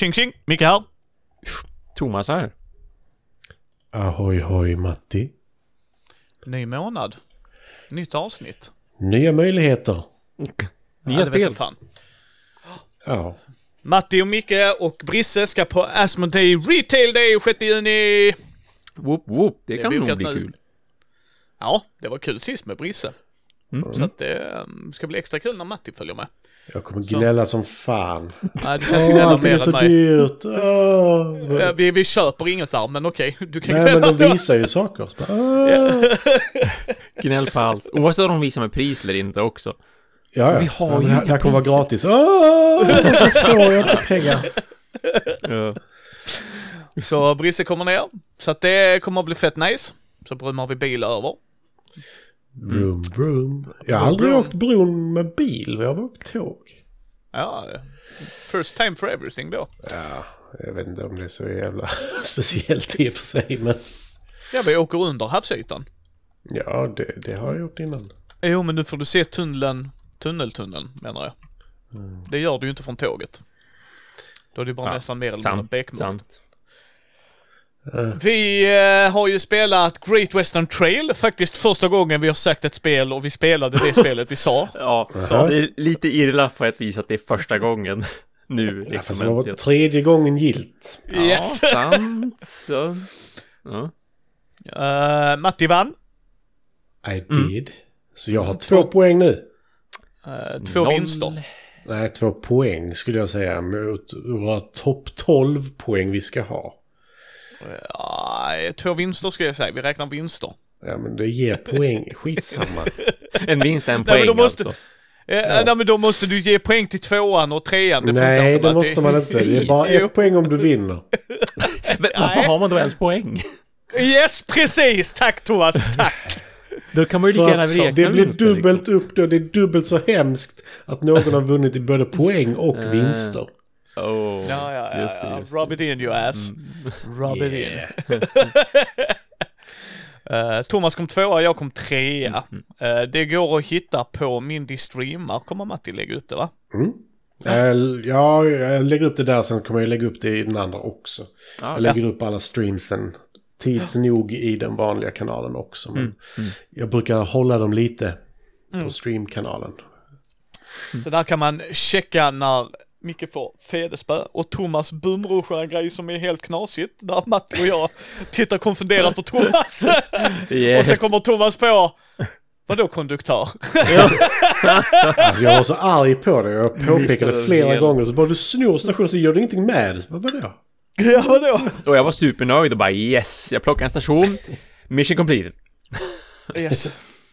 Tjing tjing, Micke här. Thomas här. Ahoy hoj Matti. Ny månad. Nytt avsnitt. Nya möjligheter. Nya spel. Fan. Ja. Matti och Micke och Brisse ska på Asmodee Retail Day 6 juni. Whoop, whoop. Det kan nog bli nu. kul. Ja, det var kul sist med Brisse. Så att det ska bli extra kul när Matti följer med. Jag kommer gnälla som fan. Nej, du kan inte gnälla allt mer är än så mig. dyrt. Vi köper inget där, men okej. Du kan Nej, gnälla men de då. visar ju saker. Så bara, Gnäll på allt. Oavsett om de visar med pris eller inte också. ja. Vi har ju det här inga kommer vara gratis. Så får jag inte pengar. Ja. Så Brisse kommer ner. Så att det kommer att bli fett nice. Så brummar vi bil över. Vroom, vroom. Jag har aldrig åkt bron med bil. Jag har åkt tåg. Ja, first time for everything då. Ja, jag vet inte om det är så jävla speciellt i och för sig. Men Ja, vi åker under havsytan. ja, det har jag gjort innan. Jo, men nu får du se tunneln menar jag. Det gör du ju inte från tåget. Då är det bara nästan mer eller mindre bekmörkt. Sant. Vi har ju spelat Great Western Trail. Faktiskt första gången vi har sagt ett spel och vi spelade det spelet vi sa. Ja, så det är lite irla på ett vis att det är första gången nu. Ja, Liksom, fast det var tredje gången gilt. Yes. Ja, sant. Så. Ja. Matti vann. I did. Så jag har 2 poäng nu. 2 vinster. Nej, 2 poäng skulle jag säga. Mot våra topp 12 poäng vi ska ha. 2 vinster ska jag säga. Vi räknar vinster. Ja, men det ger poäng. Skitsamma. En vinst, en Nej, poäng men då måste, alltså. nej, men då måste du ge poäng till 2:an och 3:an. Det funkar Nej, inte. det måste man inte. Det är bara 1 poäng om du vinner. Men varför har man då ens poäng? Yes, precis! Tack Thomas, tack! Då kan man ju lika gärna räkna Det blir vinster, dubbelt liksom. upp då. Det är dubbelt så hemskt att någon har vunnit i både poäng och vinster. Oh, Ja. just det. Rub it in you ass. Rub it in. Thomas kom 2:a, jag kom 3:a. Det går att hitta på Mindy Streamar. Kommer Matti lägga ut det, va? Ja, jag lägger upp det där. Sen kommer jag lägga upp det i den andra också. Jag lägger upp alla streamsen tids nog i den vanliga kanalen också. Men jag brukar hålla dem lite på streamkanalen. Så där kan man checka när Micke får fedespö och Thomas bumruschar en grej som är helt knasigt. Där Matti och jag tittar konfunderat på Thomas. Och sen kommer Thomas på, vadå konduktör? Alltså jag var så arg på det. Jag påpekade flera gånger. Så bara du snor stationen så gör du ingenting med det. Så bara, vadå? Ja, vadå? Och jag var supernöjd och bara yes, jag plockar en station. Mission completed. Yes.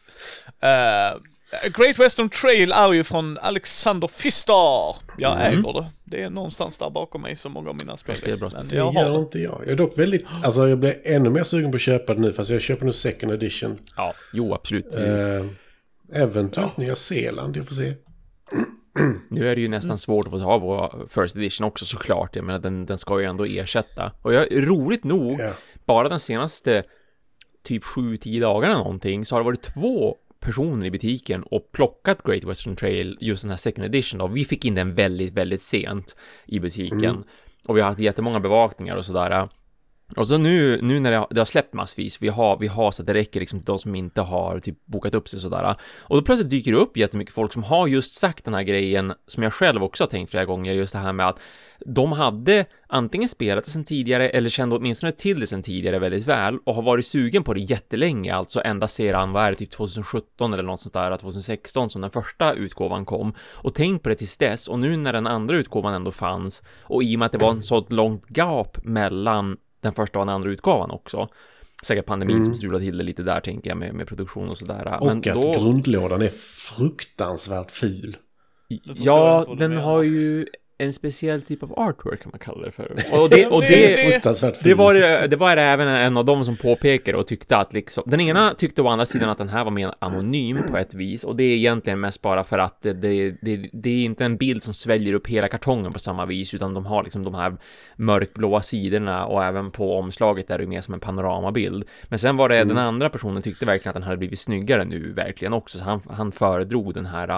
Great Western Trail är ju från Alexander Pfister. Jag äger det. Det är någonstans där bakom mig som många av mina spel. Det är bra. Men Det jag gör har det. inte jag. Jag är dock väldigt... Alltså jag blir ännu mer sugen på att köpa det nu. Fast jag köper nu second edition. Ja, jo absolut. Eventuellt Nya Zeeland. Jag får se. Nu är det ju nästan svårt att få ta på First Edition också såklart. Jag menar, den ska ju ändå ersätta. Och roligt nog, bara den senaste typ 7-10 dagarna någonting så har det varit 2 personer i butiken och plockat Great Western Trail, just den här second edition då. Vi fick in den väldigt, väldigt sent i butiken. Och vi har haft jättemånga bevakningar och sådär. Och så nu när det har släppt massvis, vi har så att det räcker liksom till de som inte har typ bokat upp sig sådär. Och då plötsligt dyker det upp jättemycket folk som har just sagt den här grejen som jag själv också har tänkt flera gånger, just det här med att de hade antingen spelat det sedan tidigare eller kände åtminstone till det sedan tidigare väldigt väl och har varit sugen på det jättelänge, alltså ända sedan, vad är det, typ 2017 eller något sånt där, 2016 som den första utgåvan kom, och tänkt på det tills dess. Och nu när den andra utgåvan ändå fanns, och i och med att det var en så långt gap mellan den första och den andra utgåvan också, säkert pandemin som strulade till det lite där, tänker jag, med produktion och sådär. Och men att då, grundlådan är fruktansvärt ful. ja, den har ju en speciell typ av artwork kan man kalla det för. Och det var även en av dem som påpekade och tyckte att liksom, den ena tyckte å andra sidan att den här var mer anonym på ett vis, och det är egentligen mest bara för att det är inte en bild som sväljer upp hela kartongen på samma vis, utan de har liksom de här mörkblåa sidorna, och även på omslaget är det mer som en panoramabild. Men sen var det den andra personen tyckte verkligen att den hade blivit snyggare nu verkligen också, så han föredrog den här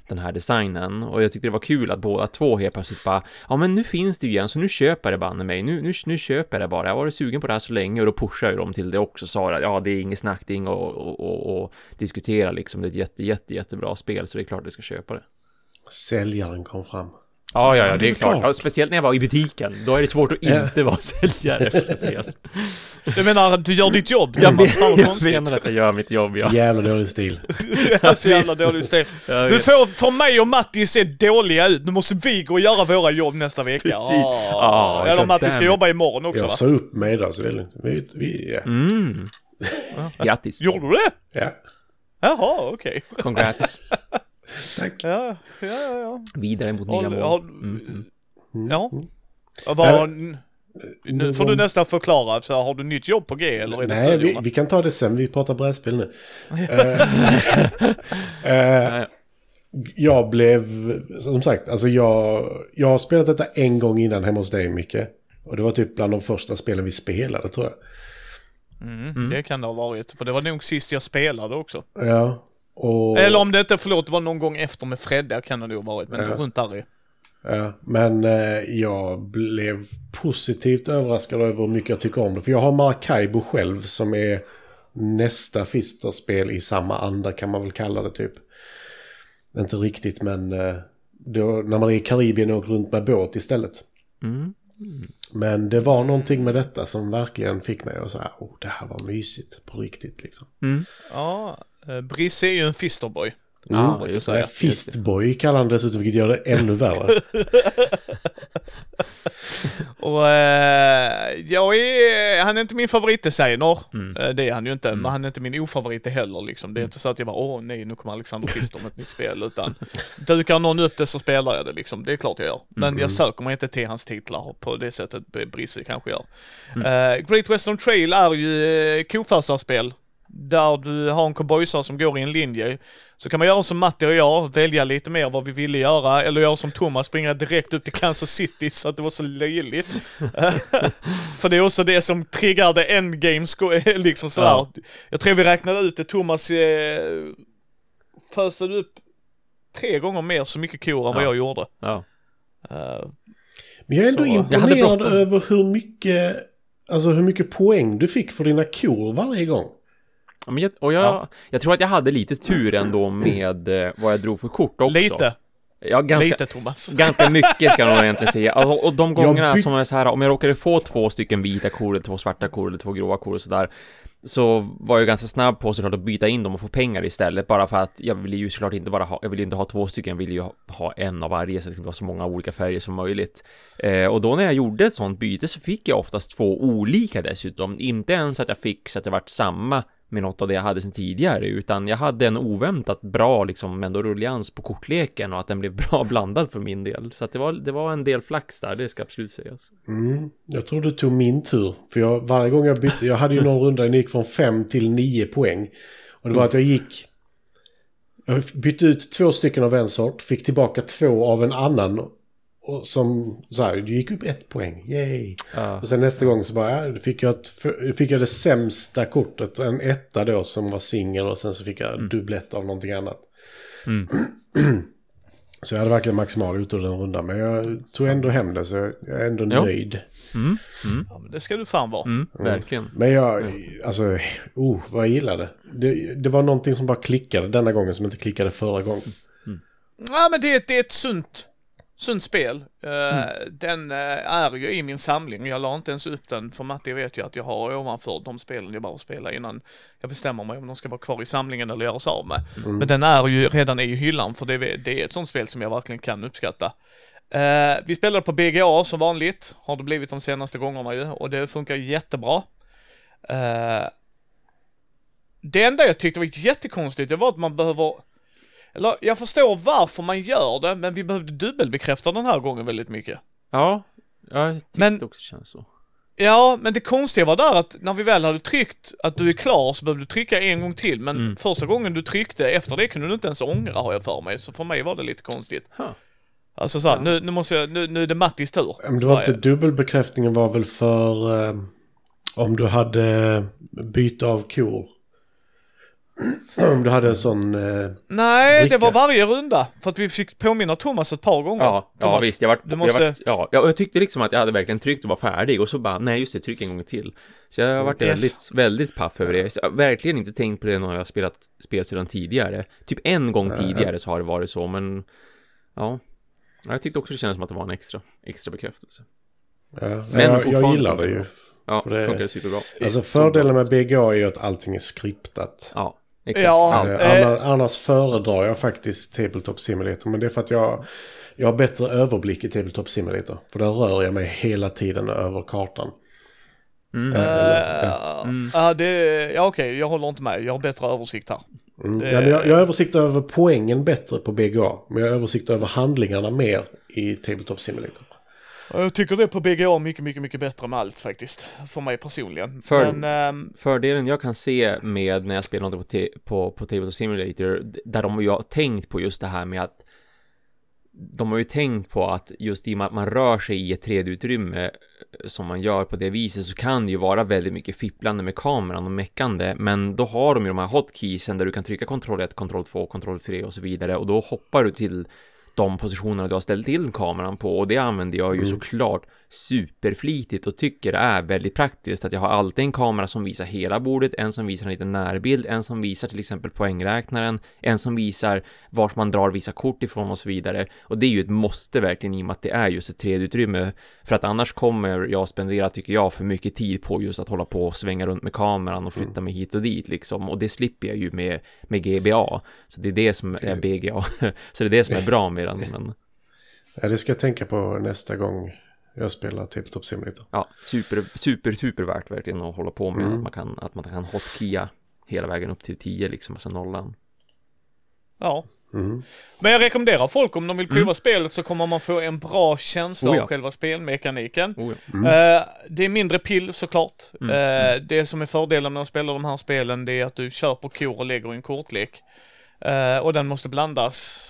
den här designen, och jag tyckte det var kul att båda två helt plötsligt bara, ja men nu finns det ju igen, så nu köper jag det banne mig, nu köper jag det bara, jag var sugen på det här så länge, och då pushar jag dem till det också, sa att ja, det är inget snack, det är inget och diskutera liksom, det är ett jättebra spel, så det är klart att jag ska köpa det. Säljaren kom fram. Ja, det är klart. Ja, speciellt när jag var i butiken. Då är det svårt att inte vara säljare, ska sägas. Du menar att du gör ditt jobb? Jag menar att jag gör mitt jobb, ja. Jävla dålig stil. Så jävla dålig stil. Du får ta mig och Matti se dåliga ut. Nu måste vi gå och göra våra jobb nästa vecka. Precis. Eller Matti ska jobba imorgon också, jag sa upp mig då, så vi Grattis. Gjorde du det? Ja. Jaha, okej. Congrats. Tack. Ja. Vidare mot nya mål. Ja. Nu får du nästan förklara, så har du nytt jobb på G eller är det Nej, vi kan ta det sen, vi pratar brädspel nu. Jag blev, som sagt, alltså jag har spelat detta en gång innan hemma hos dig, Micke. Och det var typ bland de första spelen vi spelade, tror jag. Det kan det ha varit, för det var nog sist jag spelade också. Ja. Eller om det inte, förlåt, var någon gång efter med Fredda kan det nog ha varit, men det var runt där i. Ja, men jag blev positivt överraskad över hur mycket jag tycker om det. För jag har Maracaibo själv, som är nästa Fister-spel i samma anda, kan man väl kalla det typ. Inte riktigt, men då, när man är i Karibien och runt med båt istället. Men det var någonting med detta som verkligen fick mig att säga, det här var mysigt på riktigt liksom. Ja, Brisse är ju en Fisterboy. Just det. Fistboy kallar han dessutom, vilket gör det ännu värre. Och han är inte min favoritdesigner. Det är han ju inte, men han är inte min ofavorit heller liksom. Det är inte så att jag bara, nej, nu kommer Alexander Fister med ett nytt spel, utan dukar någon upp det så spelar jag det liksom. Det är klart jag gör. Men jag söker mig inte till hans titlar på det sättet Brisse kanske gör. Great Western Trail är ju koförsarspel, där du har en cowboysare som går i en linje. Så kan man göra som Matti och jag, välja lite mer vad vi ville göra, eller göra som Thomas, springa direkt upp till Kansas City, så att det var så löjligt. För det är också det som triggade endgame liksom sådär. Ja. Jag tror vi räknade ut det, Thomas fösade upp 3 gånger mer så mycket kor än vad jag gjorde. Men jag är ändå imponerad över hur mycket poäng du fick för dina kor varje gång. Jag tror att jag hade lite tur ändå med vad jag drog för kort också. Lite Thomas. Ganska mycket kan jag egentligen säga. Och de gångerna som är så här, om jag råkade få 2 stycken vita kor, eller 2 svarta kor, eller 2 gråa kor och sådär, så var jag ganska snabb på såklart att byta in dem och få pengar istället, bara för att jag ville ju såklart inte jag ville inte ha 2 stycken, jag ville ju ha en av varje, så det skulle vara så många olika färger som möjligt. Och då när jag gjorde ett sånt byte så fick jag oftast 2 olika dessutom, inte ens att jag fick så att det vart samma med något av det jag hade sedan tidigare, utan jag hade en oväntat bra liksom ändå rullians på kortleken, och att den blev bra blandad för min del, så att det var en del flax där, det ska absolut sägas. Jag tror du tog min tur, för varje gång jag bytte, jag hade ju någon runda, jag gick från 5 till 9 poäng, och det var att jag bytte ut 2 stycken av en sort, fick tillbaka 2 av en annan, och som så här, du gick upp 1 poäng, yay. Och sen nästa gång så bara, fick jag det sämsta kortet, en 1 då som var singel, och sen så fick jag dubblett av någonting annat. Så jag hade verkligen maximal ut ur den rundan, men jag tog ändå hem det, så jag är ändå nöjd. Ja, men det ska du fan vara. Verkligen. Men vad jag gillade. Det var någonting som bara klickade denna gången, som inte klickade förra gången. Ja, men det är ett sunt spel. Den är ju i min samling. Jag la inte ens upp den, för Matti vet ju att jag har ovanför de spelen jag bara spelar innan jag bestämmer mig om de ska vara kvar i samlingen eller göras av med. Men den är ju redan i hyllan, för det är ett sånt spel som jag verkligen kan uppskatta. Vi spelade på BGA som vanligt, har det blivit de senaste gångerna ju, och det funkar jättebra. Det enda jag tyckte var jättekonstigt, det var att man behöver, eller jag förstår varför man gör det, men vi behövde dubbelbekräfta den här gången väldigt mycket. Ja, jag tyckte det också känns så. Ja, men det konstiga var där att när vi väl hade tryckt att du är klar, så behövde du trycka en gång till. Men första gången du tryckte, efter det kunde du inte ens ångra, har jag för mig. Så för mig var det lite konstigt. Alltså så här, nu är det Mattis tur. Men det var inte dubbelbekräftningen, var väl för om du hade byte av kor. Du hade en sån nej, bricka. det var varje runda. För att vi fick påminna Thomas ett par gånger. Ja, Thomas, visst. Jag tyckte liksom att jag hade verkligen tryckt och var färdig. Och så bara, nej just det, tryck en gång till. Så jag har varit väldigt paff över det. Jag har verkligen inte tänkt på det när jag har spelat spel sedan tidigare. Typ en gång tidigare så har det varit så. Men ja, jag tyckte också det kändes som att det var en extra bekräftelse. Ja, men jag gillar det ju. Ja, det funkar superbra. Alltså fördelen med BGA är ju att allting är skriptat. Ja, exakt. Ja, annars föredrar jag faktiskt Tabletop Simulator. Men det är för att jag har bättre överblick i Tabletop Simulator. För där rör jag mig hela tiden över kartan. Okej, jag håller inte med. Jag har bättre översikt här. Jag har översikt över poängen bättre på BGA. Men jag har översikt över handlingarna mer i Tabletop Simulator. Jag tycker det på BGA mycket, mycket, mycket bättre med allt faktiskt. För mig personligen. Fördelen jag kan se med när jag spelar något på Tabletop Simulator, där de ju har tänkt på just det här med att de har ju tänkt på att just i och med att man rör sig i ett 3D-utrymme som man gör på det viset, så kan det ju vara väldigt mycket fipplande med kameran och meckande, men då har de ju de här hotkeysen där du kan trycka kontroll 1, kontroll 2, kontroll 3 och så vidare, och då hoppar du till de positionerna du har ställt in kameran på, och det använder jag ju såklart superflitigt och tycker det är väldigt praktiskt att jag har alltid en kamera som visar hela bordet, en som visar en liten närbild, en som visar till exempel poängräknaren, en som visar vart man drar vissa kort ifrån och så vidare, och det är ju ett måste verkligen i och med att det är just ett 3D-utrymme, för att annars kommer jag spendera, tycker jag, för mycket tid på just att hålla på och svänga runt med kameran och flytta mig hit och dit liksom, och det slipper jag ju med GBA, så det är det som är BGA så det är det som är bra med den. Men... Ja, det ska jag tänka på nästa gång jag spelar Tabletop Simulator. Ja, super värt verkligen att hålla på med att man kan hotkeya hela vägen upp till 10 liksom, alltså nollan. Ja. Men jag rekommenderar folk, om de vill prova spelet så kommer man få en bra känsla av själva spelmekaniken. Det är mindre pill såklart. Det som är fördelen när man spelar de här spelen, det är att du kör på kor och lägger i en kortlek. Och den måste blandas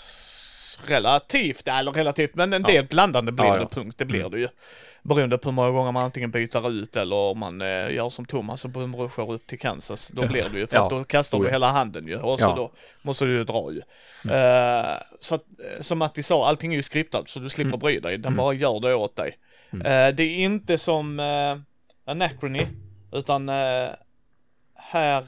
relativt, men en del blandande blir det, punkt, det blir det ju. Beroende på hur många gånger man antingen byter ut eller om man gör som Thomas och bumruschar upp till Kansas, då blir det ju, för att då kastar du hela handen ju, och så då måste du ju dra ju. Så att, som Matti sa, allting är ju skriptat så du slipper bry dig, den bara gör det åt dig. Det är inte som Anachrony, utan här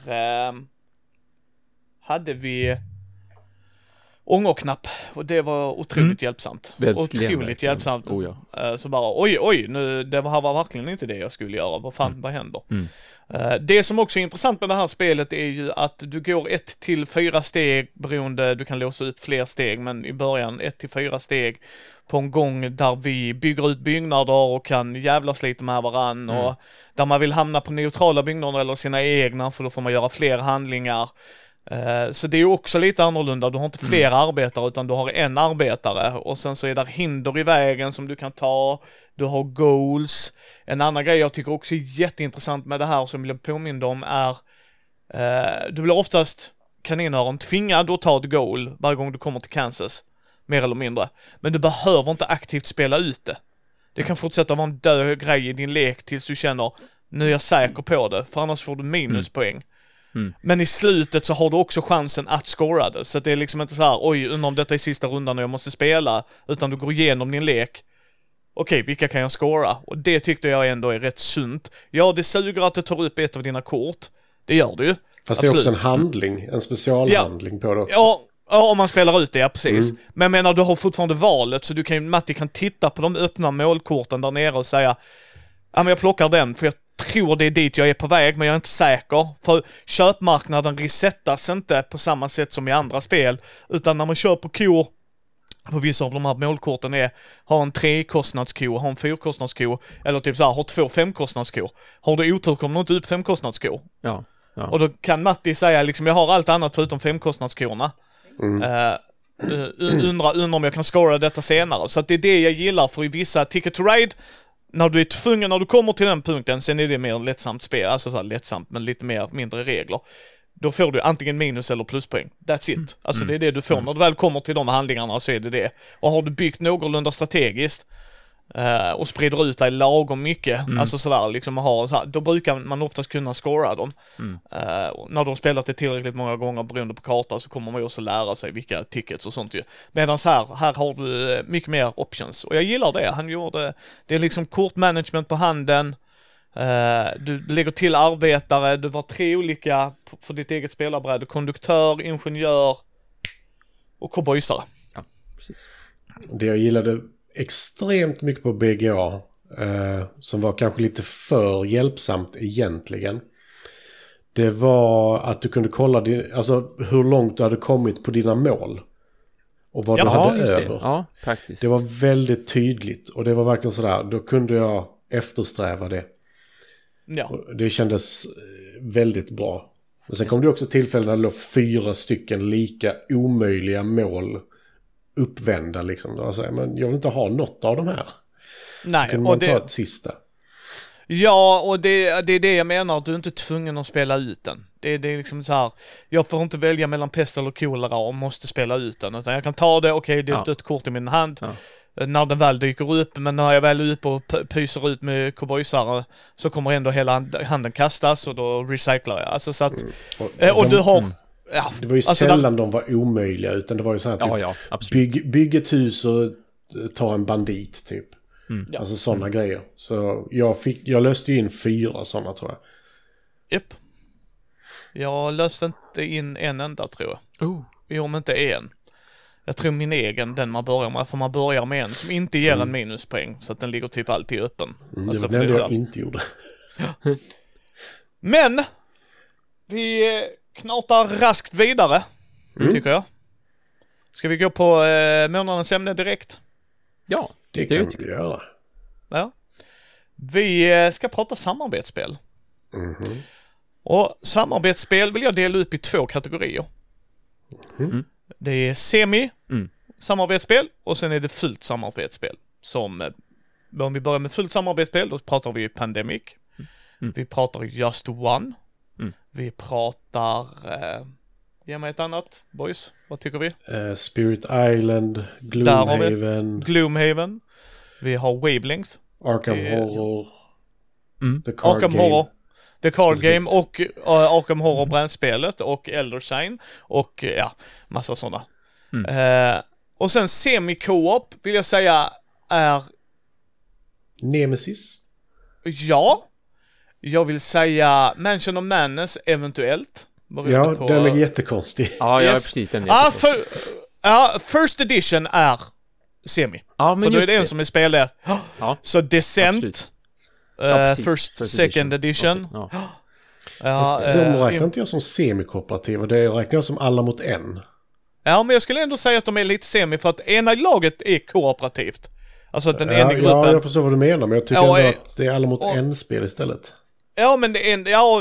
hade vi ångerknapp, och det var otroligt hjälpsamt. Otroligt hjälpsamt. Så bara, oj, nu, det var verkligen inte det jag skulle göra. Vad händer? Det som också är intressant med det här spelet är ju att du går 1 till 4 steg beroende, du kan låsa ut fler steg, men i början 1 till 4 steg på en gång där vi bygger ut byggnader och kan jävlas lite med varann, och där man vill hamna på neutrala byggnader eller sina egna, för då får man göra fler handlingar. Så det är ju också lite annorlunda. Du har inte fler arbetare utan du har en arbetare, och sen så är där hinder i vägen som du kan ta. Du har goals. En annan grej jag tycker också är jätteintressant med det här som jag blev påmind om är du blir oftast kaninöron tvingad att ta ett goal varje gång du kommer till Kansas, mer eller mindre, men du behöver inte aktivt spela ut det. Det kan fortsätta vara en död grej i din lek tills du känner, nu är jag säker på det, för annars får du minuspoäng. Men i slutet så har du också chansen att scora det. Så att det är liksom inte så här, oj, undrar om detta är sista rundan och jag måste spela, utan du går igenom din lek. Okej, vilka kan jag scora? Och det tyckte jag ändå är rätt sunt. Ja, det suger att det tar upp ett av dina kort. Det gör det ju. Fast absolut. Det är också en handling, en specialhandling på det också. Ja, om man spelar ut det, ja, precis. Men jag menar, du har fortfarande valet, så Matti kan titta på de öppna målkorten där nere och säga, ja men jag plockar den för jag tror det är dit jag är på väg, men jag är inte säker. För köpmarknaden resettas inte på samma sätt som i andra spel, utan när man kör på kor, på vissa av de här målkorten har en 3-kostnadsko, har en 4-kostnadsko, eller typ så här, har 2 5-kostnadskor. Har du otur kommer du inte upp 5-kostnadskor. Ja. Och då kan Matti säga liksom, jag har allt annat förutom 5-kostnadskorna. Undrar om jag kan scora detta senare. Så att det är det jag gillar, för i vissa Ticket to Ride, när du är tvungen, när du kommer till den punkten, sen är det mer lättsamt spel, alltså så här lättsamt, men lite mindre regler. Då får du antingen minus eller pluspoäng. That's it. Alltså det är det du får. När du väl kommer till de handlingarna så är det det. Och har du byggt någorlunda strategiskt, och sprider ut dig lagom mycket, alltså sådär liksom då brukar man oftast kunna scora dem. När de spelat det tillräckligt många gånger beroende på kartan så kommer man ju också lära sig vilka tickets och sånt ju. Medan här har du mycket mer options och jag gillar det. Han gjorde, det är liksom kortmanagement på handen, du lägger till arbetare, du var 3 olika för ditt eget spelarbräde, konduktör, ingenjör och cowboysare. Ja, precis. Det jag gillade extremt mycket på BGA, som var kanske lite för hjälpsamt egentligen, det var att du kunde kolla hur långt du hade kommit på dina mål och vad du hade över. Ja, praktiskt. Det var väldigt tydligt och det var verkligen sådär, då kunde jag eftersträva det. Ja. Och det kändes väldigt bra. Men sen kom det också tillfällen där det låg 4 stycken lika omöjliga mål uppvända liksom. Alltså, men jag vill inte ha något av de här. Nej, och det... ta ett sista. Ja, och det är det jag menar, att du är inte tvungen att spela ut den. Det är liksom så här, jag får inte välja mellan pest eller kolera och måste spela ut den, utan jag kan ta det, okej, det är ett dött kort i min hand. När den väl dyker upp, men när jag väl är uppe och pyser ut med cowboysare så kommer ändå hela handen kastas och då recyclar jag. Alltså så att, och du har... Ja, det var ju sällan de var omöjliga, utan det var ju så här typ, bygg ett hus och ta en bandit typ. Alltså sådana grejer. Så jag löste ju in 4 sådana, tror jag. Japp. Jag löste inte in en enda, tror jag. Jo, men inte en. Jag tror min egen, den man börjar med, för man börjar med en som inte ger en minuspoäng, så att den ligger typ alltid öppen. Alltså, det var det jag inte gjorde. Men vi knatar raskt vidare, tycker jag. Ska vi gå på månadens ämne direkt? Ja, det kan vi göra. Ja. Vi ska prata samarbetsspel. Och samarbetsspel vill jag dela upp i 2 kategorier. Det är samarbetsspel och sen är det fullt samarbetsspel. Som, om vi börjar med fullt samarbetsspel, då pratar vi Pandemic. Vi pratar Just One. Vi pratar... ge mig ett annat, boys. Vad tycker vi? Spirit Island, Gloomhaven. Vi har Wavelength. Arkham Horror. Arkham Horror. The Card Game och Arkham Horror brädspelet och Elder Sign och massa sådana. Och sen semi-co-op vill jag säga är... Nemesis. Ja. Jag vill säga Mansion of Madness eventuellt. Ja, den är jättekonstig. Ja, precis. Den är First edition är semi. Ja, men för då är det en som är spelare. Så Descent. Second edition. De räknar inte jag som semikooperativa. Det räknar jag som alla mot en. Ja, men jag skulle ändå säga att de är lite semi, för att ena laget är kooperativt. Alltså den ena gruppen. Ja, jag förstår vad du menar, men jag tycker ändå att det är alla mot en spel istället. Ja, men det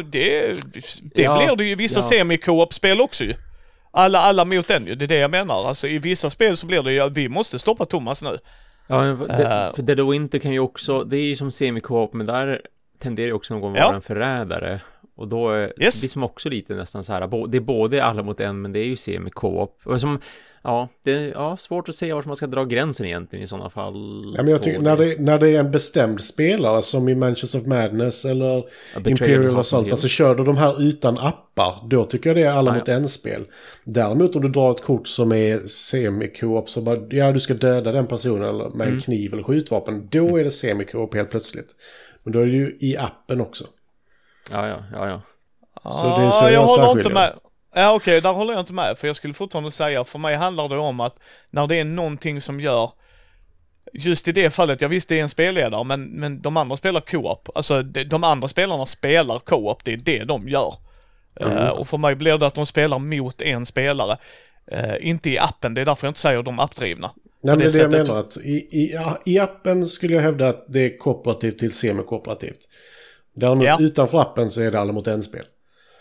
blir det ju vissa semi-co-op-spel också ju. Alla mot en ju, det är det jag menar. Alltså i vissa spel så blir det ju, vi måste stoppa Thomas nu. Ja, för Dead of Winter kan ju också, det är ju som semi-co-op, men där tenderar ju också någon gång att vara en förrädare. Och då är det som också lite nästan så här, det är både alla mot en, men det är ju semi-co-op. Och som, det är svårt att säga var man ska dra gränsen egentligen i sådana fall. Ja, men jag tycker när det är en bestämd spelare som i Mansions of Madness eller Imperial Assault, alltså kör du de här utan appar, då tycker jag det är alla mot en spel. Däremot om du drar ett kort som är semi-co-op, så bara, du ska döda den personen eller med en kniv eller skjutvapen, då är det semi-co-op helt plötsligt. Men då är det ju i appen också. Ja. Så det är så jag håller inte med. Ja, okej, där håller jag inte med. För jag skulle fortfarande säga, för mig handlar det om att när det är någonting som gör, just i det fallet, jag visste det är en spelledare, men de andra spelar co-op. Alltså de andra spelarna spelar co-op, det är det de gör. Och för mig blir det att de spelar mot en spelare. Inte i appen, det är därför jag inte säger de appdrivna. Nej, men det är det jag menar, att i appen skulle jag hävda att det är kooperativt till semi-kooperativt. Däremot utanför appen så är det alla mot en spel.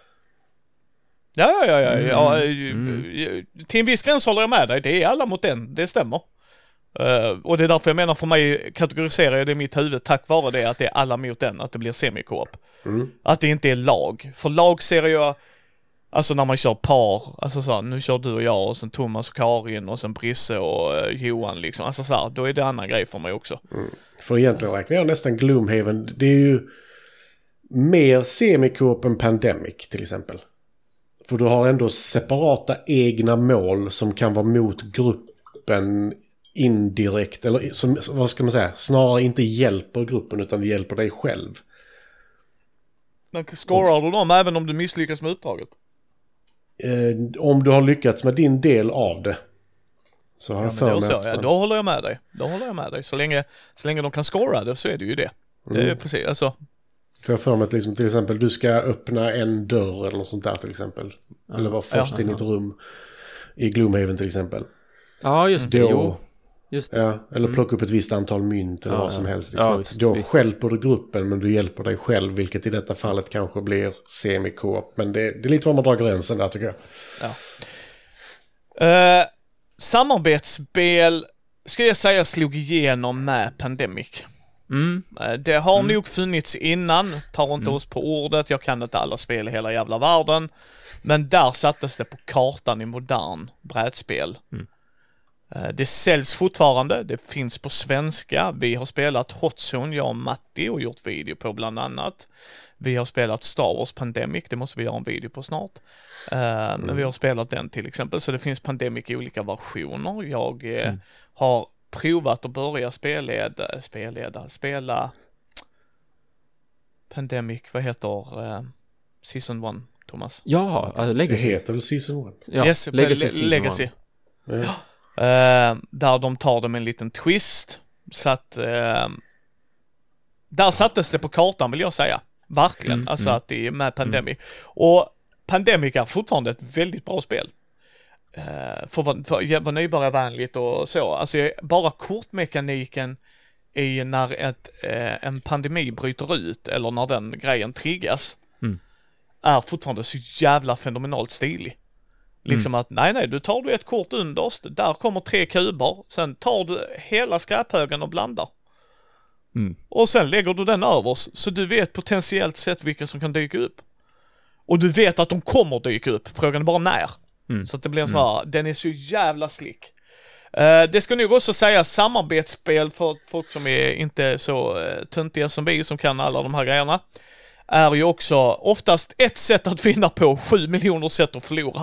Ja. Till en viss gräns håller jag med dig. Det är alla mot en, det stämmer. Och det är därför jag menar, för mig kategoriserar jag det i mitt huvud tack vare det att det är alla mot en, att det blir semi-co-op. Att det inte är lag. För lag ser jag Alltså när man kör par, alltså så här, nu kör du och jag och sen Thomas och Karin och sen Brisse och Johan liksom. Alltså så här, då är det en annan grej för mig också. För egentligen räknar jag nästan Gloomhaven, det är ju mer semi-co-op än Pandemic till exempel. För du har ändå separata egna mål som kan vara mot gruppen indirekt, eller som, vad ska man säga, snarare inte hjälper gruppen utan hjälper dig själv. Men scorar du dem även om du misslyckas med uppdraget? Om du har lyckats med din del av det. Så har jag för mig att... Då håller jag med dig. Så länge de kan scora det så är det ju det. Det är precis, alltså. För jag för mig att liksom, till exempel du ska öppna en dörr eller något sånt där till exempel. Eller vara först in i ett rum i Gloomhaven till exempel. Ja, just det. Då, just det. Ja, eller plocka upp ett visst antal mynt eller vad som helst. Liksom. Då hjälper du gruppen men du hjälper dig själv, vilket i detta fallet kanske blir semi-co-op. Men det är lite vad man drar gränsen där tycker jag. Ja. Samarbetsspel ska jag säga slog igenom med Pandemic. Det har nog funnits innan, tar inte oss på ordet, jag kan inte alla spel i hela jävla världen, men där sattes det på kartan i modern brädspel. Det säljs fortfarande, det finns på svenska, vi har spelat Hot Zone, jag och Matti, och gjort video på bland annat. Vi har spelat Star Wars Pandemic, det måste vi göra en video på snart. Men vi har spelat den till exempel, så det finns Pandemic i olika versioner. Jag har provat att börja spela Pandemic, vad heter Season 1, Thomas? Ja, alltså Legacy. Det heter väl Season 1? Ja, yes, Legacy. Ja. Där de tar det med en liten twist. Så att där sattes det på kartan, vill jag säga. Verkligen, alltså att det är med Pandemic. Och Pandemic är fortfarande ett väldigt bra spel. För vad nybörjarvänligt och så. Alltså bara kortmekaniken i när en pandemi bryter ut eller när den grejen triggas är fortfarande så jävla fenomenalt stilig. Liksom att nej, du tar du ett kort underst, där kommer 3 kuber, sen tar du hela skräphögen och blandar. Och sen lägger du den överst så du vet potentiellt sett vilka som kan dyka upp. Och du vet att de kommer dyka upp, frågan är bara när. Så att det blir en sån här, den är så jävla slick. Det ska nog också säga samarbetsspel för folk som är inte så töntiga som vi som kan alla de här grejerna. Är ju också oftast ett sätt att vinna på, 7 miljoner sätt att förlora.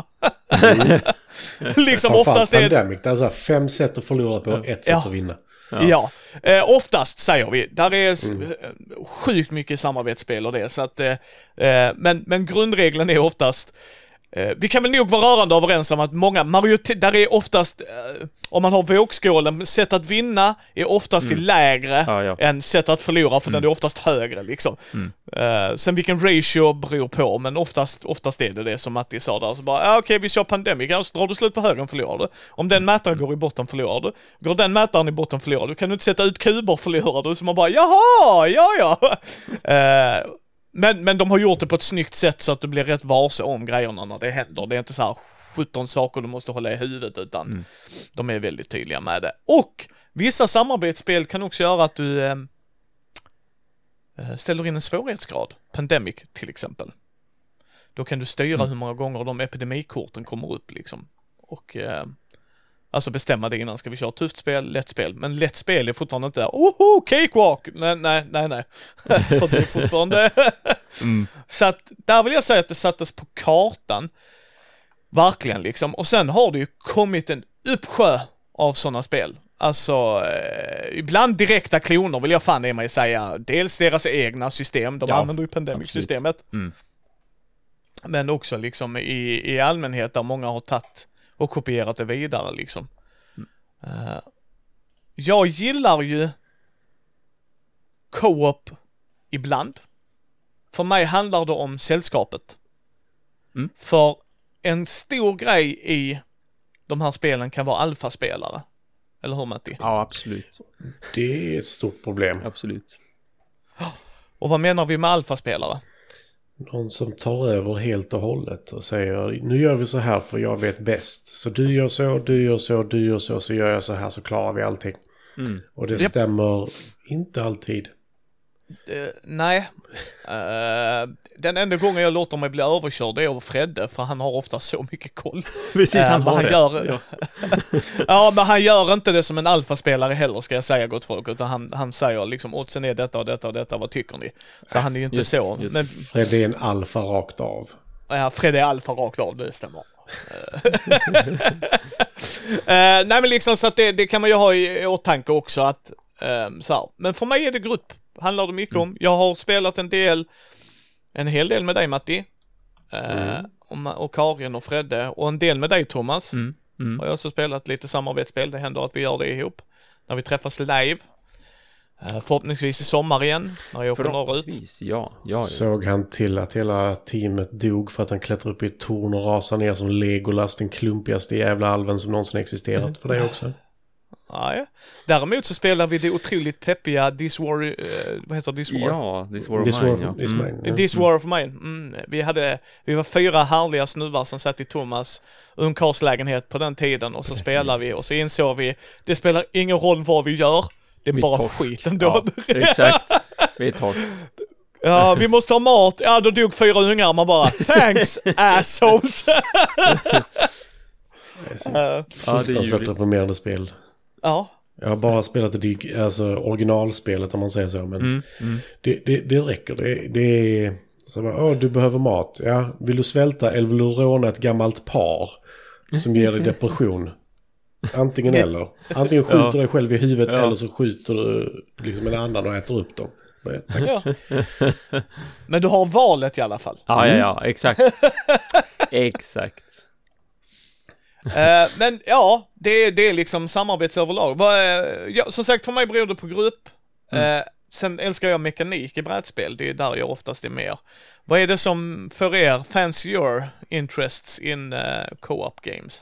Liksom oftast är Pandemic, det är så 5 sätt att förlora på, ett sätt att vinna. Ja, oftast säger vi. Där är sjukt mycket samarbetsspel och det. Så att, men grundregeln är oftast... vi kan väl nog vara rörande överens om att många där är oftast, om man har vågskålen, sätt att vinna är oftast lägre än sätt att förlora, för den är oftast högre liksom. Sen vilken ratio beror på, men oftast är det som Matti sa där, så bara, okej, vi kör Pandemic, så drar du slut på högen förlorar du. Om den mätaren går i botten förlorar du. Går den mätaren i botten förlorar du. Kan du inte sätta ut kuber förlorar du, så man bara, jaha, ja. Men de har gjort det på ett snyggt sätt så att du blir rätt varse om grejerna när det händer. Det är inte så här 17 saker du måste hålla i huvudet, utan de är väldigt tydliga med det. Och vissa samarbetsspel kan också göra att du ställer in en svårighetsgrad. Pandemic till exempel. Då kan du styra hur många gånger de epidemikorten kommer upp liksom. Och alltså bestämma det innan. Ska vi köra tufft spel, lätt spel? Men lätt spel är fortfarande inte cakewalk! Nej. För det är fortfarande... Så att där vill jag säga att det sattes på kartan. Verkligen liksom. Och sen har det ju kommit en uppsjö av sådana spel. Alltså, ibland direkta kloner vill jag fan i mig säga. Dels deras egna system. De använder ju Pandemic-systemet. Men också liksom i allmänhet där många har tagit och kopierat det vidare liksom. Jag gillar ju co-op ibland. För mig handlar det om sällskapet. För en stor grej i de här spelen kan vara alfaspelare. Eller hur, Matti? Ja, absolut. Det är ett stort problem. Absolut. Och vad menar vi med alfaspelare? Någon som tar över helt och hållet och säger, nu gör vi så här för jag vet bäst. Så du gör så, du gör så, du gör så gör jag så här, så klarar vi allting. Och det stämmer inte alltid. Nej. Den enda gången jag låter mig bli överkörd är av Fredde, för han har ofta så mycket koll. Precis, han har gör. Ja, men han gör inte det som en alfaspelare heller, ska jag säga, gott folk, utan han säger liksom, oddsen är detta och detta och detta, vad tycker ni? Så han är ju inte så. Men Fredde är en alfa rakt av. Ja, Fredde är alfa rakt av, det stämmer. Nej, men liksom så att det kan man ju ha i åtanke också, att så här. Men för mig är det grupp, handlar det mycket om. Jag har spelat en hel del med dig, Matti, och Karin och Fredde, och en del med dig, Thomas. Och jag har också spelat lite samarbetsspel. Det händer att vi gör det ihop när vi träffas live. Förhoppningsvis i sommar igen, när jag åker norrut. Ja. Såg han till att hela teamet dog för att han klättrar upp i ett torn och rasar ner som Legolas, den klumpigaste jävla alven som någonsin existerat för dig också? Ja. Däremot så spelar vi det otroligt peppiga This War, vad heter This War? Ja, This War of Mine. This War of Mine. Vi var 4 härliga snubbar som satt i Thomas ungkarlslägenhet på den tiden, och så spelade vi, och så insåg vi, det spelar ingen roll vad vi gör, det är bara skit ändå. Ja, exakt. Vi är torrt. Ja, vi måste ha mat. Ja, då dog 4 ungar. Man bara, thanks, assholes. Ja, det är ju reformerande spel. Ja. Jag har bara spelat originalspelet, om man säger så, men det räcker. Det är så bara, du behöver mat. Ja, vill du svälta eller vill du råna ett gammalt par som ger dig depression? Antingen eller. Antingen skjuter du dig själv i huvudet eller så skjuter du liksom en annan och äter upp dem. Ja. Men du har valet i alla fall. Ja, exakt. Exakt. Men ja, det är liksom samarbetsöverlag. Som sagt, för mig beror det på grupp. Sen älskar jag mekanik i brädspel. Det är där jag oftast är mer. Vad är det som för er fancy your interests in co-op games?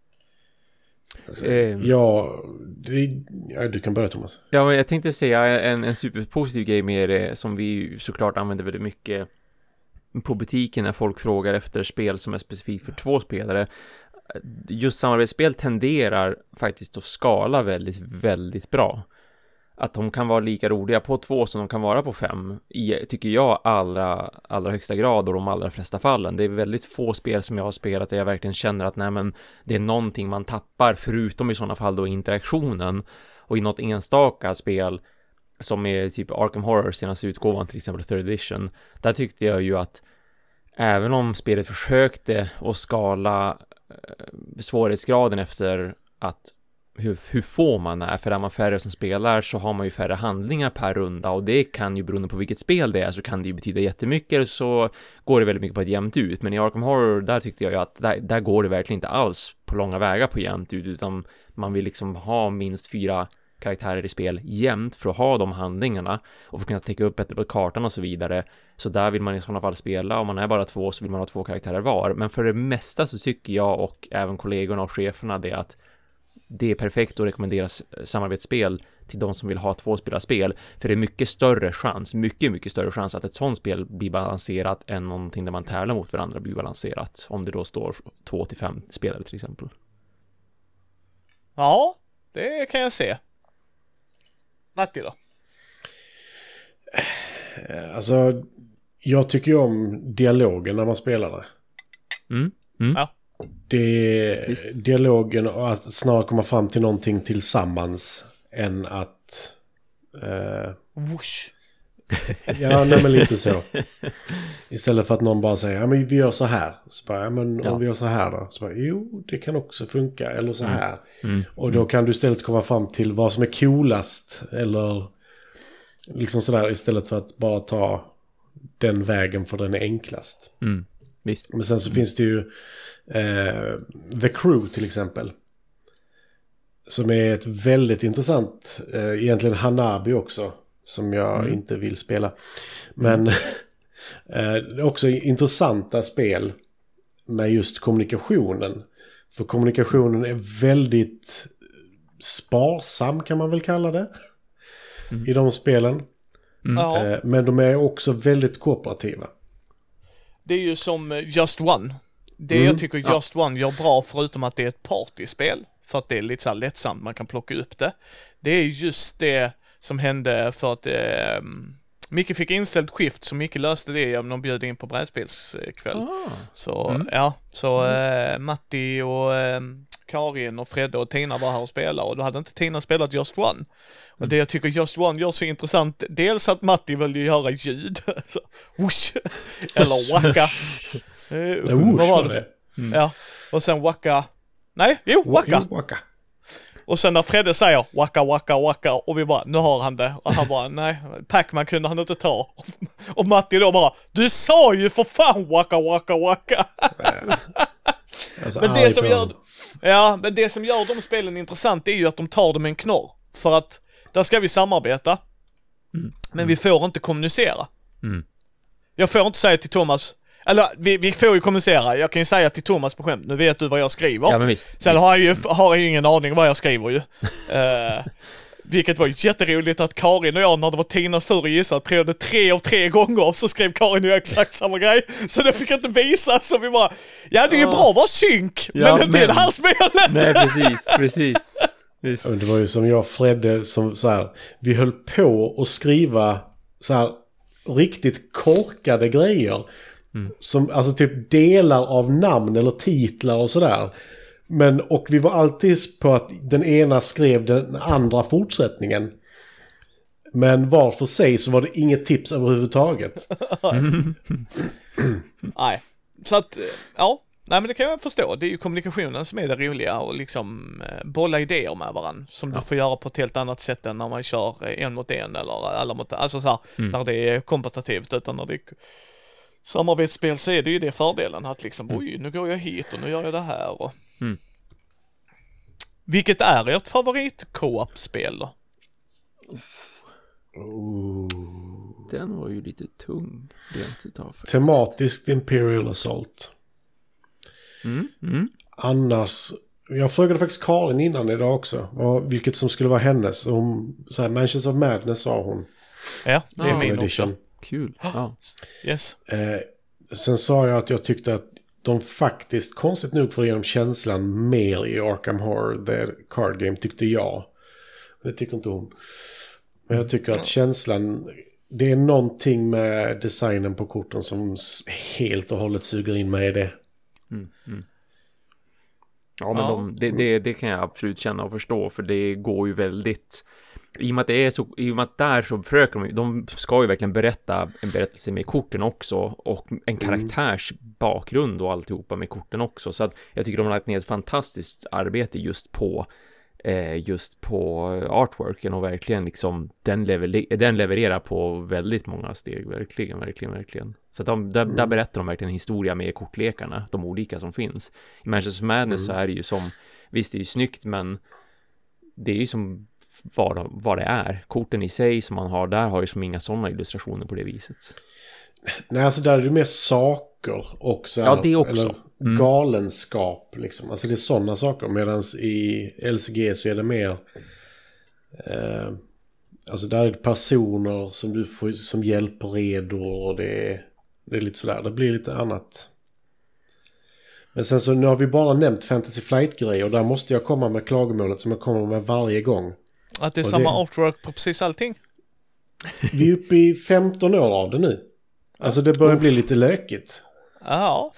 Du kan börja, Thomas. Ja, jag tänkte säga en superpositiv grej med det, som vi såklart använder väldigt mycket på butiken när folk frågar efter spel som är specifikt för 2 spelare. Just samarbetsspel tenderar faktiskt att skala väldigt, väldigt bra. Att de kan vara lika roliga på 2 som de kan vara på 5, tycker jag allra högsta grad, och de allra flesta fallen. Det är väldigt få spel som jag har spelat där jag verkligen känner att det är någonting man tappar, förutom i sådana fall då interaktionen. Och i något enstaka spel som är typ Arkham Horror, senaste utgåvan, till exempel 3rd edition, där tyckte jag ju att även om spelet försökte att skala svårighetsgraden efter att hur få man är, för är man färre som spelar så har man ju färre handlingar per runda, och det kan ju, beroende på vilket spel det är, så kan det ju betyda jättemycket, så går det väldigt mycket på ett jämnt ut. Men i Arkham Horror, där tyckte jag ju att där går det verkligen inte alls på långa vägar på jämnt ut, utan man vill liksom ha minst 4 karaktärer i spel jämnt för att ha de handlingarna och för att kunna täcka upp bättre på kartan och så vidare. Så där vill man i sådana fall spela, om man är bara 2 så vill man ha 2 karaktärer var. Men för det mesta så tycker jag, och även kollegorna och cheferna, det att det är perfekt att rekommendera samarbetsspel till de som vill ha 2-spelarspel, för det är mycket större chans att ett sånt spel blir balanserat än någonting där man tävlar mot varandra blir balanserat, om det då står 2 till 5 spelare till exempel. Ja, det kan jag se. Matti då? Alltså, jag tycker ju om dialogen när man spelar det. Ja. Dialogen, och att snarare komma fram till någonting tillsammans än att Whoosh. Ja, nej, men lite så. Istället för att någon bara säger, ja men vi gör så här. Så bara, ja men om vi gör så här då. Så bara, jo, det kan också funka. Eller så här. Och då kan du istället komma fram till vad som är coolast. Eller liksom sådär, istället för att bara ta den vägen för den är enklast. Visst. Men sen så finns det ju The Crew till exempel. Som är ett väldigt intressant, egentligen Hanabi också. Som jag inte vill spela. Men det är också intressanta spel med just kommunikationen. För kommunikationen är väldigt sparsam, kan man väl kalla det. I de spelen. Men de är också väldigt kooperativa. Det är ju som Just One. Det jag tycker Just One gör bra, förutom att det är ett partyspel, för att det är lite så här lättsamt, man kan plocka upp det. Det är just det som hände för att Micke fick inställt skift så Micke löste det genom att bjöd in på brädspelskväll. Så Matti och Karin och Fredde och Tina var här och spelade, och då hade inte Tina spelat Just One. Och det jag tycker Just One gör så intressant, dels att Matti vill ju höra ljud så, whoosh, eller wacka. Vad var det? Ja, och sen wacka. Wacka. Och sen när Fredde säger wacka och vi bara, nu har han det. Och han bara, nej, Pac-Man kunde han inte ta. Och Matti då bara, du sa ju för fan wacka. Alltså, men det som gör de spelen intressant är ju att de tar dem med en knorr. För att där ska vi samarbeta. Men vi får inte kommunicera. Jag får inte säga till Thomas, eller vi får ju kommunicera. Jag kan ju säga till Thomas på skämt, nu vet du vad jag skriver. Ja, men visst. Sen har jag ju ingen aning vad jag skriver ju. Vilket var jätteroligt att Karin och jag, när det var Tinas tur att gissa, tror det 3 av 3 gånger, så skrev Karin och jag exakt samma grej. Så det fick inte visa, så vi bara, ja det är ju bra att vara synk, men inte i det här spelet. Nej, precis. Det var ju som jag och Fredde, som så här, vi höll på att skriva så här riktigt korkade grejer. Som, alltså typ delar av namn eller titlar och sådär. Och vi var alltid på att den ena skrev den andra fortsättningen. Men var för sig så var det inget tips överhuvudtaget. Nej. Så att, ja. Nej, men det kan jag förstå. Det är ju kommunikationen som är det roliga, och liksom bolla idéer med varandra som du får göra på ett helt annat sätt än när man kör 1 mot 1 eller alla mot, alltså så här, när det är kompetitivt, utan när det är samarbetsspel, så är det ju det fördelen att liksom, oj, nu går jag hit och nu gör jag det här. Och... Vilket är ert favorit co-op-spel då? Den var ju lite tung. Tematiskt Imperial Assault. Annars, jag frågade faktiskt Karin innan idag också, vilket som skulle vara hennes. Så här, Mansions of Madness sa hon. Ja, det är min också. Kul. Ja. Yes. Sen sa jag att jag tyckte att de faktiskt, konstigt nog, får igenom känslan mer i Arkham Horror, the card game, tyckte jag. Det tycker inte hon. Men jag tycker att känslan, det är någonting med designen på korten som helt och hållet suger in mig i det. Ja, men det kan jag absolut känna och förstå, för det går ju väldigt, i och med att det är så, i och med att där så försöker de ska ju verkligen berätta en berättelse med korten också, och en karaktärs bakgrund och alltihopa med korten också, så att jag tycker de har lagt ner ett fantastiskt arbete just på artworken, och verkligen liksom den levererar på väldigt många steg, verkligen. Så att där berättar de verkligen en historia med kortlekarna, de olika som finns. I Mansions of Madness så är det ju som, visst det är ju snyggt, men det är ju som vad det är. Korten i sig som man har där har ju som inga sådana illustrationer på det viset. Nej, alltså där är det mer saker också. Ja, det också. Eller galenskap liksom. Alltså det är sådana saker. Medan i LCG så är det mer alltså där är det personer som du får som hjälper redo, och det är lite sådär. Det blir lite annat. Men sen så nu har vi bara nämnt Fantasy Flight-grejer, och där måste jag komma med klagomålet som jag kommer med varje gång. Att det är samma artwork på precis allting? Vi är uppe i 15 år av det nu. Alltså det börjar bli lite lökigt. Ja.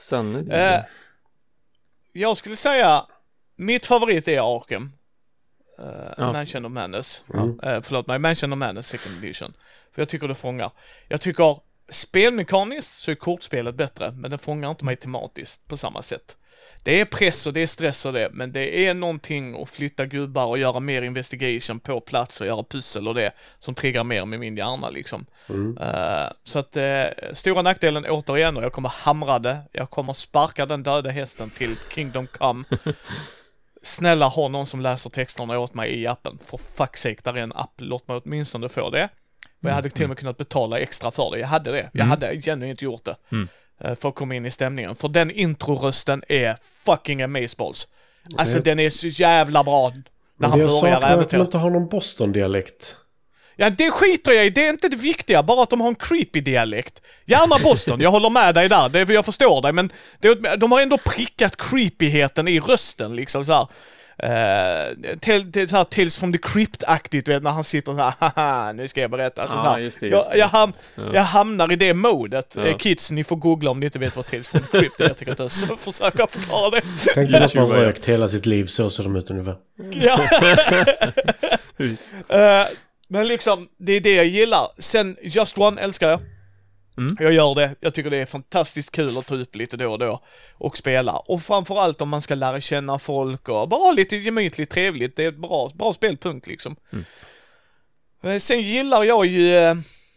Jag skulle säga mitt favorit är Arkham. Mansion of Madness. Mansion of Madness Second Edition. För jag tycker det fångar. Jag tycker spelmekaniskt så är kortspelet bättre, men det fångar inte mig tematiskt på samma sätt. Det är press och det är stress och det, men det är någonting att flytta gubbar och göra mer investigation på plats och göra pussel och det som triggar mer med min hjärna liksom. Så att stora nackdelen återigen, och jag kommer hamra det, jag kommer sparka den döda hästen till Kingdom Come. Snälla, ha någon som läser texterna åt mig i appen. For fuck's sake, där är en app, låt mig åtminstone få det. Och jag hade till och med kunnat betala extra för det. Jag hade det. Jag hade genuint gjort det. För att komma in i stämningen. För den introrösten är fucking amazeballs. Alltså den är så jävla bra. När han börjar även att man inte har någon Boston-dialekt. Ja, det skiter jag i. Det är inte det viktiga. Bara att de har en creepy dialekt. Gärna Boston, jag håller med dig där. Jag förstår dig. Men de har ändå prickat creepyheten i rösten liksom så här. så här Tales from the Crypt-aktigt, vet, när han sitter så här, haha, nu ska jag berätta. Alltså, så här, just det. Jag hamnar i det modet. Kids, ni får googla om ni inte vet vad Tales from the Crypt är. Jag tycker inte så försöka förklara det. Tänk dig att man rökt hela sitt liv, så ser de ut ungefär. Ja. Men liksom, det är det jag gillar. Sen, Just One älskar jag. Jag gör det. Jag tycker det är fantastiskt kul att ta upp lite då och då och spela. Och framförallt om man ska lära känna folk och bara lite gemytligt trevligt. Det är ett bra spelpunkt liksom. Sen gillar jag ju...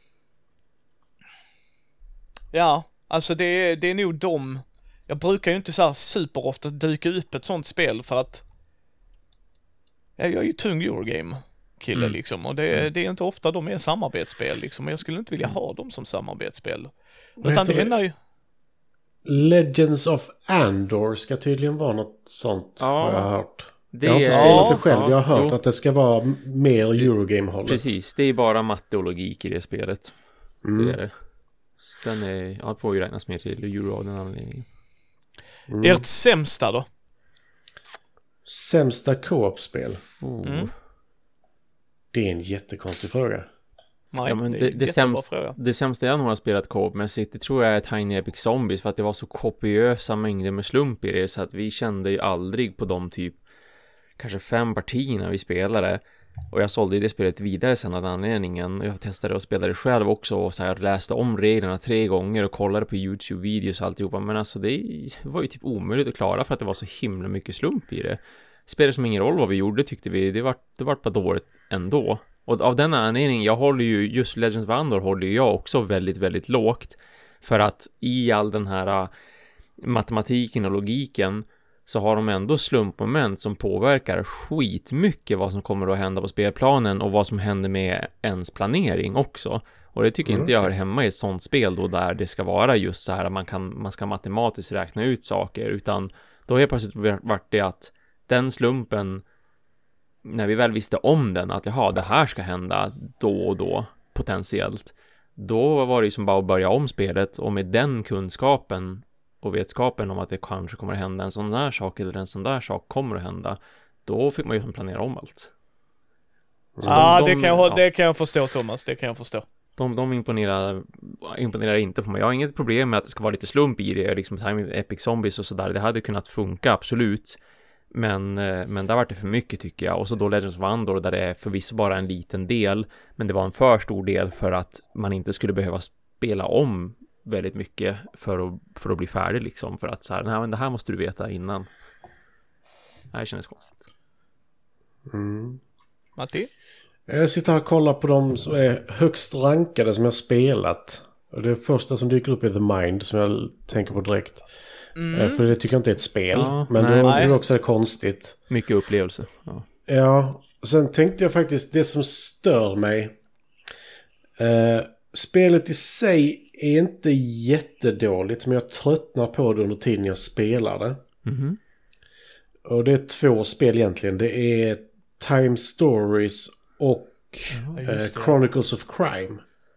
Ja, alltså det är nog de... Jag brukar ju inte så här superofta dyka upp ett sånt spel för att... Jag är ju tung Eurogame-kille liksom. Och det är inte ofta de är samarbetsspel liksom. Och jag skulle inte vilja ha dem som samarbetsspel. Utan det är ju... Legends of Andor ska tydligen vara något sånt, har jag hört. Det jag har inte spelat det själv, jag har hört att det ska vara mer Eurogame-hållet. Precis, det är bara matte och logik i det spelet. Det är det. Den får ju räknas mer till Euro av den anledningen. Ert sämsta då? Sämsta co-op-spel? Det är en jättekonstig fråga. Nej, ja, men det sämsta jag nog har spelat co-op-mässigt, det tror jag är Tiny Epic Zombies, för att det var så kopiösa mängder med slump i det, så att vi kände ju aldrig på de typ kanske 5 partierna vi spelade. Och jag sålde ju det spelet vidare sen av anledningen. Jag testade och spelade själv också och så här läste om reglerna 3 gånger och kollade på YouTube-videos och alltihopa. Men alltså det var ju typ omöjligt att klara för att det var så himla mycket slump i det. Spelet som ingen roll vad vi gjorde, tyckte vi. Det var bara dåligt ändå. Och av den anledningen, jag håller ju just Legends of Andor håller ju jag också väldigt, väldigt lågt. För att i all den här matematiken och logiken så har de ändå slumpmoment som påverkar skitmycket vad som kommer att hända på spelplanen och vad som händer med ens planering också. Och det tycker inte jag hör hemma i ett sånt spel då, där det ska vara just så här att man ska matematiskt räkna ut saker, utan då har det plötsligt varit det att den slumpen, när vi väl visste om den, att jaha, det här ska hända då och då potentiellt, då var det ju som bara att börja om spelet, och med den kunskapen och vetskapen om att det kanske kommer att hända en sån där sak eller en sån där sak kommer att hända, då fick man ju planera om allt. Det kan jag förstå, Thomas. Det kan jag förstå. De imponerar inte på mig. Jag har inget problem med att det ska vara lite slump i det, liksom Time Epic Zombies och sådär. Det hade kunnat funka, absolut. Men där var det för mycket, tycker jag. Och så då Legends of Andor, där det är förvisso bara en liten del, men det var en för stor del för att man inte skulle behöva spela om väldigt mycket för att bli färdig liksom, för att så här, nej, men det här måste du veta innan. Det här känns konstigt. Matti? Jag sitter här och kollar på de som är högst rankade som jag spelat. Och det första som dyker upp är The Mind, som jag tänker på direkt. För det tycker jag inte är ett spel. Men då är det också konstigt. Mycket upplevelse. Ja, sen tänkte jag faktiskt, det som stör mig, spelet i sig är inte jättedåligt, men jag tröttnar på det under tiden jag spelar det. Och det är 2 spel egentligen. Det är Time Stories och Chronicles of Crime.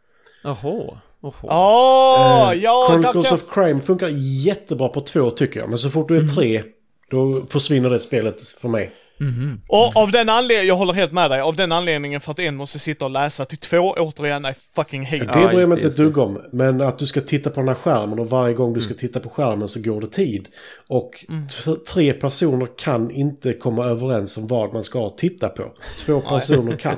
Chronicles of Crime funkar jättebra på 2, tycker jag. Men så fort du är 3, då försvinner det spelet för mig. Och av den anledningen, jag håller helt med dig, av den anledningen för att en måste sitta och läsa till 2 återigen är fucking hate. Det bryr mig inte ett dugg om, men att du ska titta på den här skärmen och varje gång du ska titta på skärmen så går det tid. Och 3 personer kan inte komma överens om vad man ska titta på. 2 personer kan.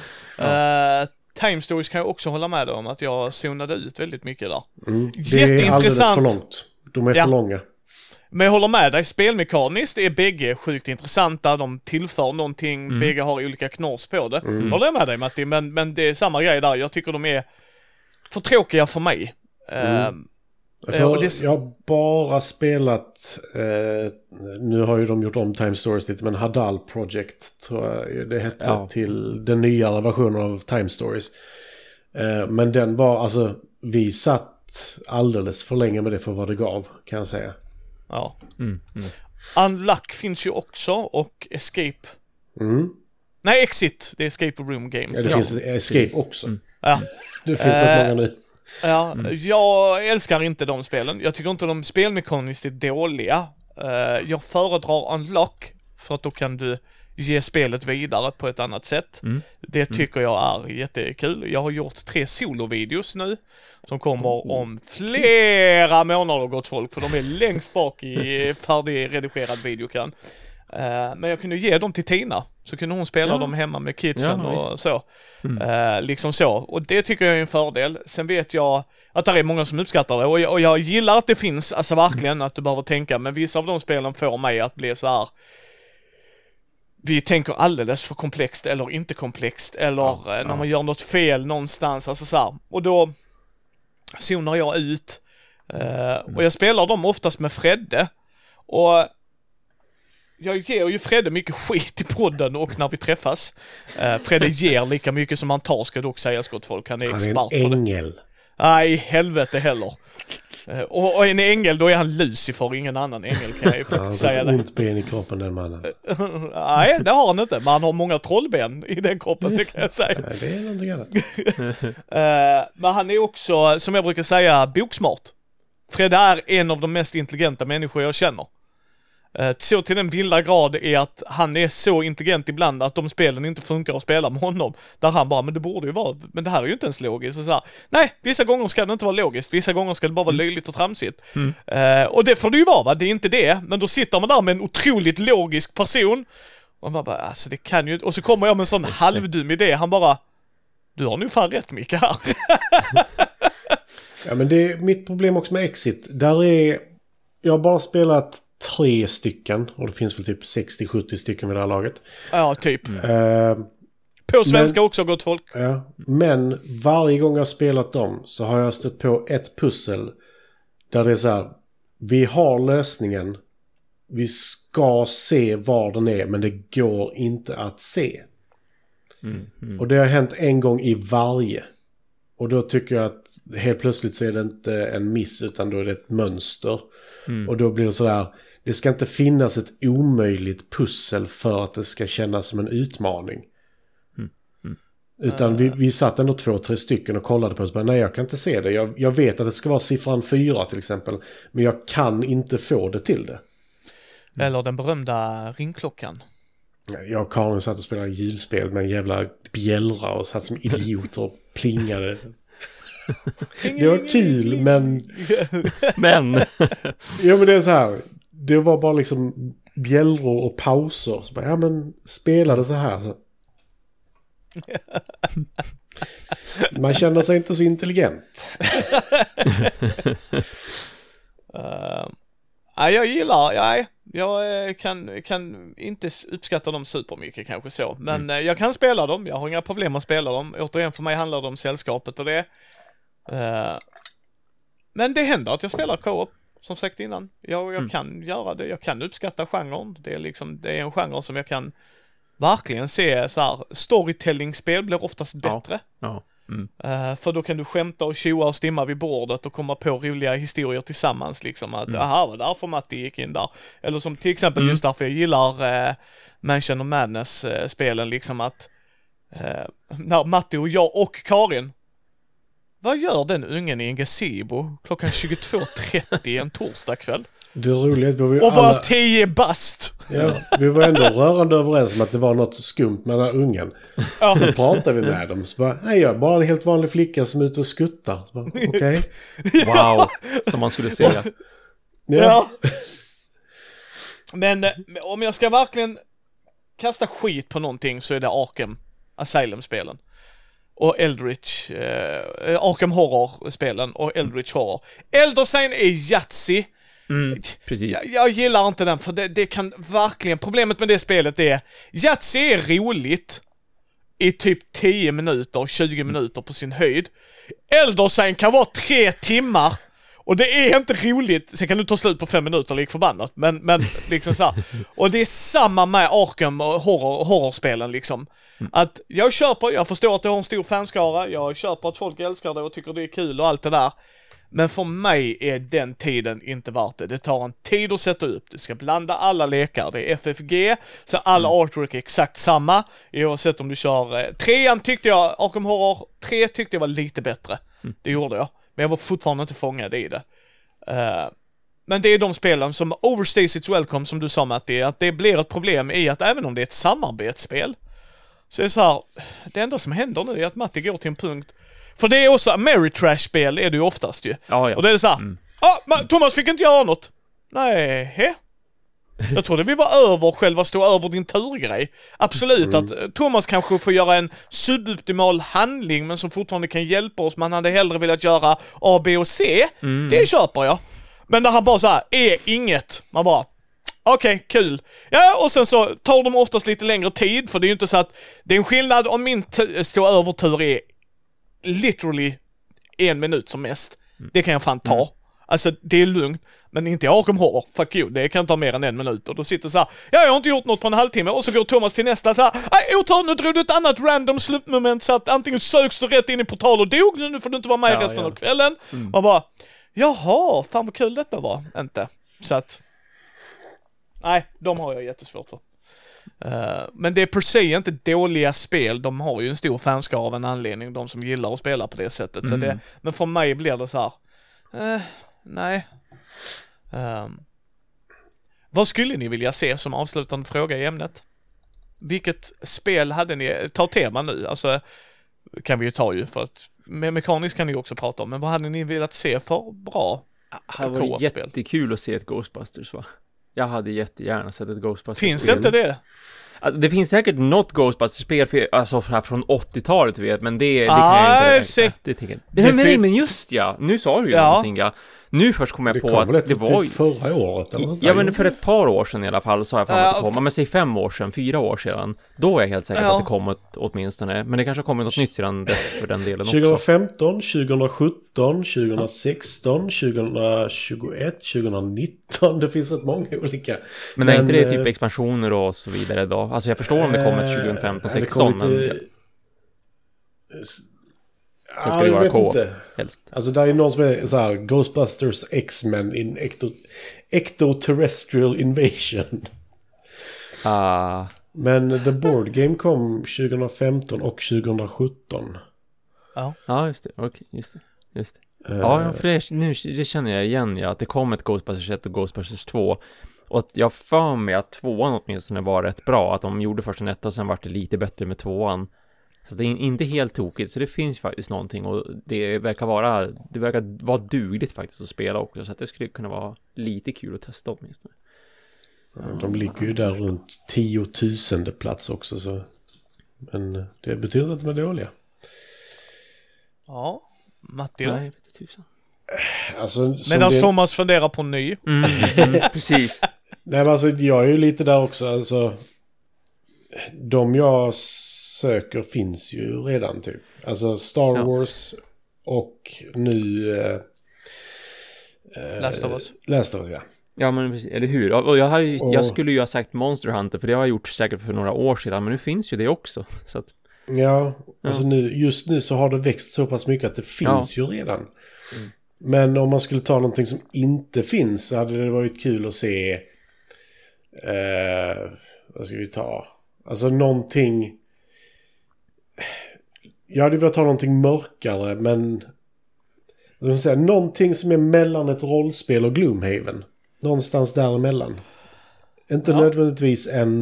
Time Stories kan jag också hålla med om att jag zonade ut väldigt mycket där. Det är alldeles för långt. De är för långa. Men jag håller med dig, spelmekaniskt är bägge sjukt intressanta, de tillför någonting, bägge har olika knors på det. Håller jag med dig, Matti, men det är samma grej där, jag tycker de är för tråkiga för mig. Jag har bara spelat, nu har ju de gjort om Time Stories lite, men Hadal Project tror jag det hette, till den nyare versionen av Time Stories. Men den var, alltså, vi satt alldeles för länge med det för vad det gav, kan jag säga. Ja. Unlock finns ju också, och Escape. Nej, Exit. Det är Escape Room Games. Ja, det finns Escape också. Ja. Det finns ett många nu. Ja, jag älskar inte de spelen. Jag tycker inte de spelmekaniskt är dåliga. Jag föredrar Unlock för att då kan du ge spelet vidare på ett annat sätt. Det tycker jag är jättekul. Jag har gjort 3 solovideos nu som kommer om flera månader, gott folk, för de är längst bak i färdigredigerad videokran. Men jag kunde ge dem till Tina, så kunde hon spela dem hemma med kidsen och så. Liksom så. Och det tycker jag är en fördel. Sen vet jag att det är många som uppskattar det. Och jag gillar att det finns, alltså verkligen att du behöver tänka. Men vissa av de spelen får mig att bli så här. Vi tänker alldeles för komplext eller inte komplext. Eller när man gör något fel någonstans. Alltså så här. Och då zonar jag ut. Och jag spelar dem oftast med Fredde. Och jag ger ju Fredde mycket skit i podden och när vi träffas. Fredde ger lika mycket som han tar, ska dock sägas, gott folk. Han är expert på det. Han är en ängel. Nej, helvete heller. Och en ängel, då är han Lucifer, ingen annan ängel, kan jag ju faktiskt säga det. Han har ont ben i kroppen, den mannen. Nej, det har han inte. Men han har många trollben i den kroppen, det kan jag säga. Nej, det är någonting annat. Men han är också, som jag brukar säga, boksmart. Fredde är en av de mest intelligenta människor jag känner. Så till den vilda grad är att han är så intelligent ibland att de spelen inte funkar att spela med honom. Där han bara, men det borde ju vara, men det här är ju inte ens logiskt. Och så här, nej, vissa gånger ska det inte vara logiskt, vissa gånger ska det bara vara löjligt och tramsigt. Och det får det ju vara, va? Det är inte det. Men då sitter man där med en otroligt logisk person. Och man bara, alltså det kan ju. Och så kommer jag med en sån halvdum idé. Han bara, du har nu fan rätt mycket här. Ja, men det är mitt problem också med Exit. Där är, jag har bara spelat 3 stycken. Och det finns väl typ 60-70 stycken vid det här laget. Ja, typ. På svenska också, gott folk. Ja, men varje gång jag har spelat dem så har jag stött på ett pussel. Där det är så här, vi har lösningen. Vi ska se var den är, men det går inte att se. Och det har hänt en gång i varje. Och då tycker jag att helt plötsligt så är det inte en miss, utan då är det ett mönster. Och då blir det så där, det ska inte finnas ett omöjligt pussel för att det ska kännas som en utmaning. Utan vi satt ändå 2-3 stycken och kollade på oss. Nej, jag kan inte se det. Jag vet att det ska vara siffran 4 till exempel. Men jag kan inte få det till det. Eller den berömda ringklockan. Jag och Karin satt och spelade julspel med en jävla bjällra och satt som idioter och plingade. Det var kul, men... Ja, men det är så här. Det var bara liksom bjällror och pauser. Så bara, ja, men spelade så här. Så. Man känner sig inte så intelligent. Jag gillar... Jag kan inte uppskatta dem supermycket kanske så. Men jag kan spela dem. Jag har inga problem att spela dem. Återigen, för mig handlar det om sällskapet och det. Men det händer att jag spelar co-op. Som sagt innan. Jag kan göra det. Jag kan uppskatta genren. Det är en genre som jag kan verkligen se så här. Storytelling-spel blir oftast bättre. För då kan du skämta och tjoa och stimma vid bordet och komma på roliga historier tillsammans liksom, att aha, vad därför Matti gick in där, eller som till exempel just därför jag gillar Mansion of Madness spelen liksom, att när Matti och jag och Karin, vad gör den ungen i en gazebo klockan 22:30 en torsdagkväll? Det är roligt. Och var 10 bast. Ja, vi var ändå rörande överens om att det var något skumt med den här ungen. Så pratade vi med dem. Så bara, nej, jag är bara en helt vanlig flicka som är ute och skuttar. Okej. Wow, som man skulle säga. Ja. Men om jag ska verkligen kasta skit på någonting så är det Arkham Asylum-spelen. Och Eldritch, Arkham Horror-spelen och Eldritch Horror. Elder Sign är Yahtzee. Precis. Jag gillar inte den, för det kan verkligen... Problemet med det spelet är... Yahtzee är roligt i typ 10 minuter, 20 minuter på sin höjd. Elder Sign kan vara 3 timmar. Och det är inte roligt. Sen kan du ta slut på 5 minuter, lik förbannat. Men liksom så här. Och det är samma med Arkham och horrorspelen liksom. Att jag förstår att det har en stor fanskara. Jag köper att folk älskar det och tycker det är kul och allt det där. Men för mig är den tiden inte värt det. Det tar en tid att sätta upp. Du ska blanda alla lekar. Det är FFG, så alla artwork är exakt samma. Oavsett om du kör... 3 tyckte jag, Arkham Horror 3 tyckte jag var lite bättre. Det gjorde jag. Men jag var fortfarande inte fångad i det. Men det är de spelen som overstays its welcome, som du sa, Matti, att det blir ett problem i att även om det är ett samarbetsspel, så är det så här, det enda som händer nu är att Matti går till en punkt, för det är också Ameritrash-spel är det ju oftast ju. Ja. Och det är så här, Thomas fick inte göra något. Nej, jag trodde vi var över själva stå över din turgrej. Absolut att Thomas kanske får göra en suboptimal handling men som fortfarande kan hjälpa oss. Man hade hellre velat göra A, B och C. Det köper jag. Men när han bara så här är inget. Man bara okej, kul. Ja, och sen så tar de oftast lite längre tid, för det är ju inte så att det är en skillnad om min stå över tur är literally 1 minut som mest. Det kan jag fan ta. Alltså det är lugnt. Men inte jag Arkham Horror, fuck you, det kan ta mer än 1 minut. Och då sitter så här, jag har inte gjort något på en halvtimme. Och så går Thomas till nästa så här, otur, nu drog du ett annat random slutmoment så att antingen söks du rätt in i portal och dog, nu får du inte vara med resten av kvällen. Man bara, jaha, fan vad kul detta var. Inte. Så att, nej, de har jag jättesvårt för. Men det är per se inte dåliga spel. De har ju en stor fanskara av en anledning, de som gillar att spela på det sättet. Så det, men för mig blir det så här, nej. Vad skulle ni vilja se som avslutande fråga i ämnet? Vilket spel hade ni, ta tema nu, alltså kan vi ju ta ju, för att med mekaniskt kan ni också prata om, men vad hade ni velat se för bra? Det var jättekul att se ett Ghostbusters, va? Jag hade jättegärna sett ett Ghostbusters. Finns inte det? Alltså, det finns säkert något Ghostbusters-spel alltså från 80-talet, vet, men det kan jag inte. Men just nu sa du ju någonting, ja. Nu först kom jag på att det var typ förra året eller? Ja, men för ett par år sedan i alla fall så har jag fan att det kom. Men säg 5 år sedan, 4 år sedan. Då är jag helt säker på att det kommit åtminstone. Men det kanske har kommit något nytt sedan dess för den delen också. 2015, 2017, 2016, 2021, 2019. Det finns rätt många olika. Men är inte det typ expansioner och så vidare då? Alltså jag förstår om det kommer till 2015, 16 men... Sen ska det vara co-op, helst. Alltså där är någon som är så här, Ghostbusters X-Men in Ectoterrestrial Invasion. Men The Board Game kom 2015 och 2017. Ja, just det. Okej, just det. Ja, för det känner jag igen, att det kom ett Ghostbusters 1 och Ghostbusters 2. Och att jag för mig att 2an åtminstone var rätt bra. Att de gjorde först en 1 och sen var det lite bättre med 2an. Så det är inte helt tokigt, så det finns faktiskt någonting, och det verkar vara dugligt faktiskt att spela också, så att det skulle kunna vara lite kul att testa åtminstone. De ligger ju där runt 10 000 plats också, så men det betyder att de är dåliga. Ja, Matti då? Nej, jag vet inte. Alltså, medan Thomas funderar på ny. Precis. Nej, men alltså jag är ju lite där också, alltså de jag söker finns ju redan typ. Alltså Star Wars och nu Last of Us, ja. Ja, men precis, eller hur? Och jag skulle ju ha sagt Monster Hunter, för det har jag gjort säkert för några år sedan, men nu finns ju det också. Så att, alltså just nu så har det växt så pass mycket att det finns ju redan. Men om man skulle ta någonting som inte finns, så hade det varit kul att se vad ska vi ta? Alltså någonting. Jag hade velat ta någonting mörkare, men någonting som är mellan ett rollspel och Gloomhaven. Någonstans däremellan. Inte nödvändigtvis en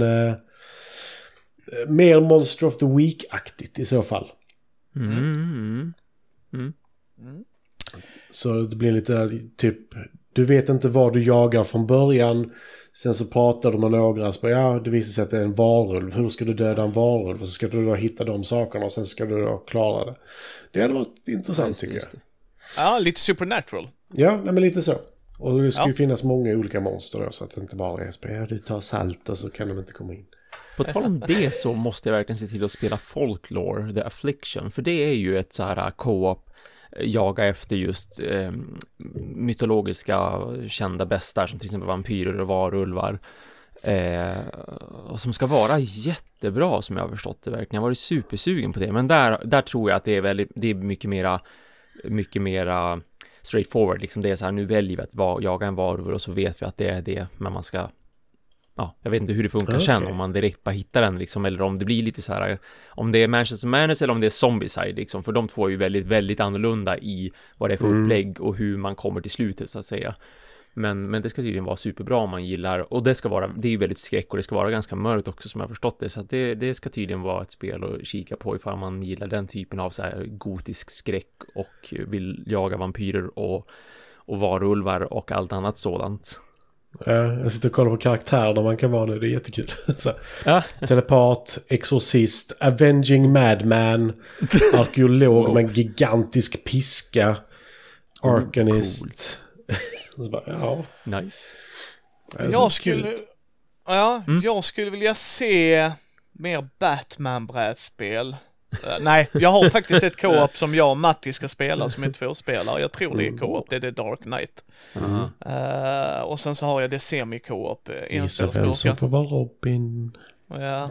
mer Monster of the Week-aktigt i så fall. Så det blir lite typ, du vet inte vad du jagar från början. Sen så pratar de med några så det visar sig att det är en varulv. Hur ska du döda en varulv? Och så ska du då hitta de sakerna och sen ska du då klara det. Det hade varit intressant tycker jag. Ja, lite Supernatural. Ja, men lite så. Och det ska ju finnas många olika monster då, så att det inte bara är du tar salt och så kan de inte komma in. På tal om det så måste jag verkligen se till att spela Folklore, The Affliction. För det är ju ett så här co-op jaga efter just mytologiska kända bästar som till exempel vampyrer och varulvar. Och som ska vara jättebra som jag har förstått det verkligen. Jag har varit supersugen på det. Men där tror jag att det är mycket mera straightforward. Liksom det är så här, nu väljer vi att jaga en varulv och så vet vi att det är det. Men man ska... Ja, jag vet inte hur det funkar sen om man direkt bara hittar den liksom, eller om det blir lite så här, om det är Manchester Madness eller om det är Zombicide liksom, för de två är ju väldigt, väldigt annorlunda i vad det är för upplägg och hur man kommer till slutet så att säga. Men det ska tydligen vara superbra om man gillar, och det är ju väldigt skräck och det ska vara ganska mörkt också som jag har förstått det, så att det ska tydligen vara ett spel att kika på ifall man gillar den typen av så här gotisk skräck och vill jaga vampyrer och varulvar och allt annat sådant. Jag sitter och kollar på karaktärer man kan vara nu, det är jättekul. Så, telepat, exorcist, avenging madman, arkeolog med en gigantisk piska, arcanist. Så bara, ja. Nice. Jag skulle vilja se mer Batman-brätspel. Nej, jag har faktiskt ett co-op som jag och Matti ska spela som är 2-spelare. Jag tror det är co-op, det är The Dark Knight. Och sen så har jag det semi-co-op. Isabel som får vara Robin. Ja,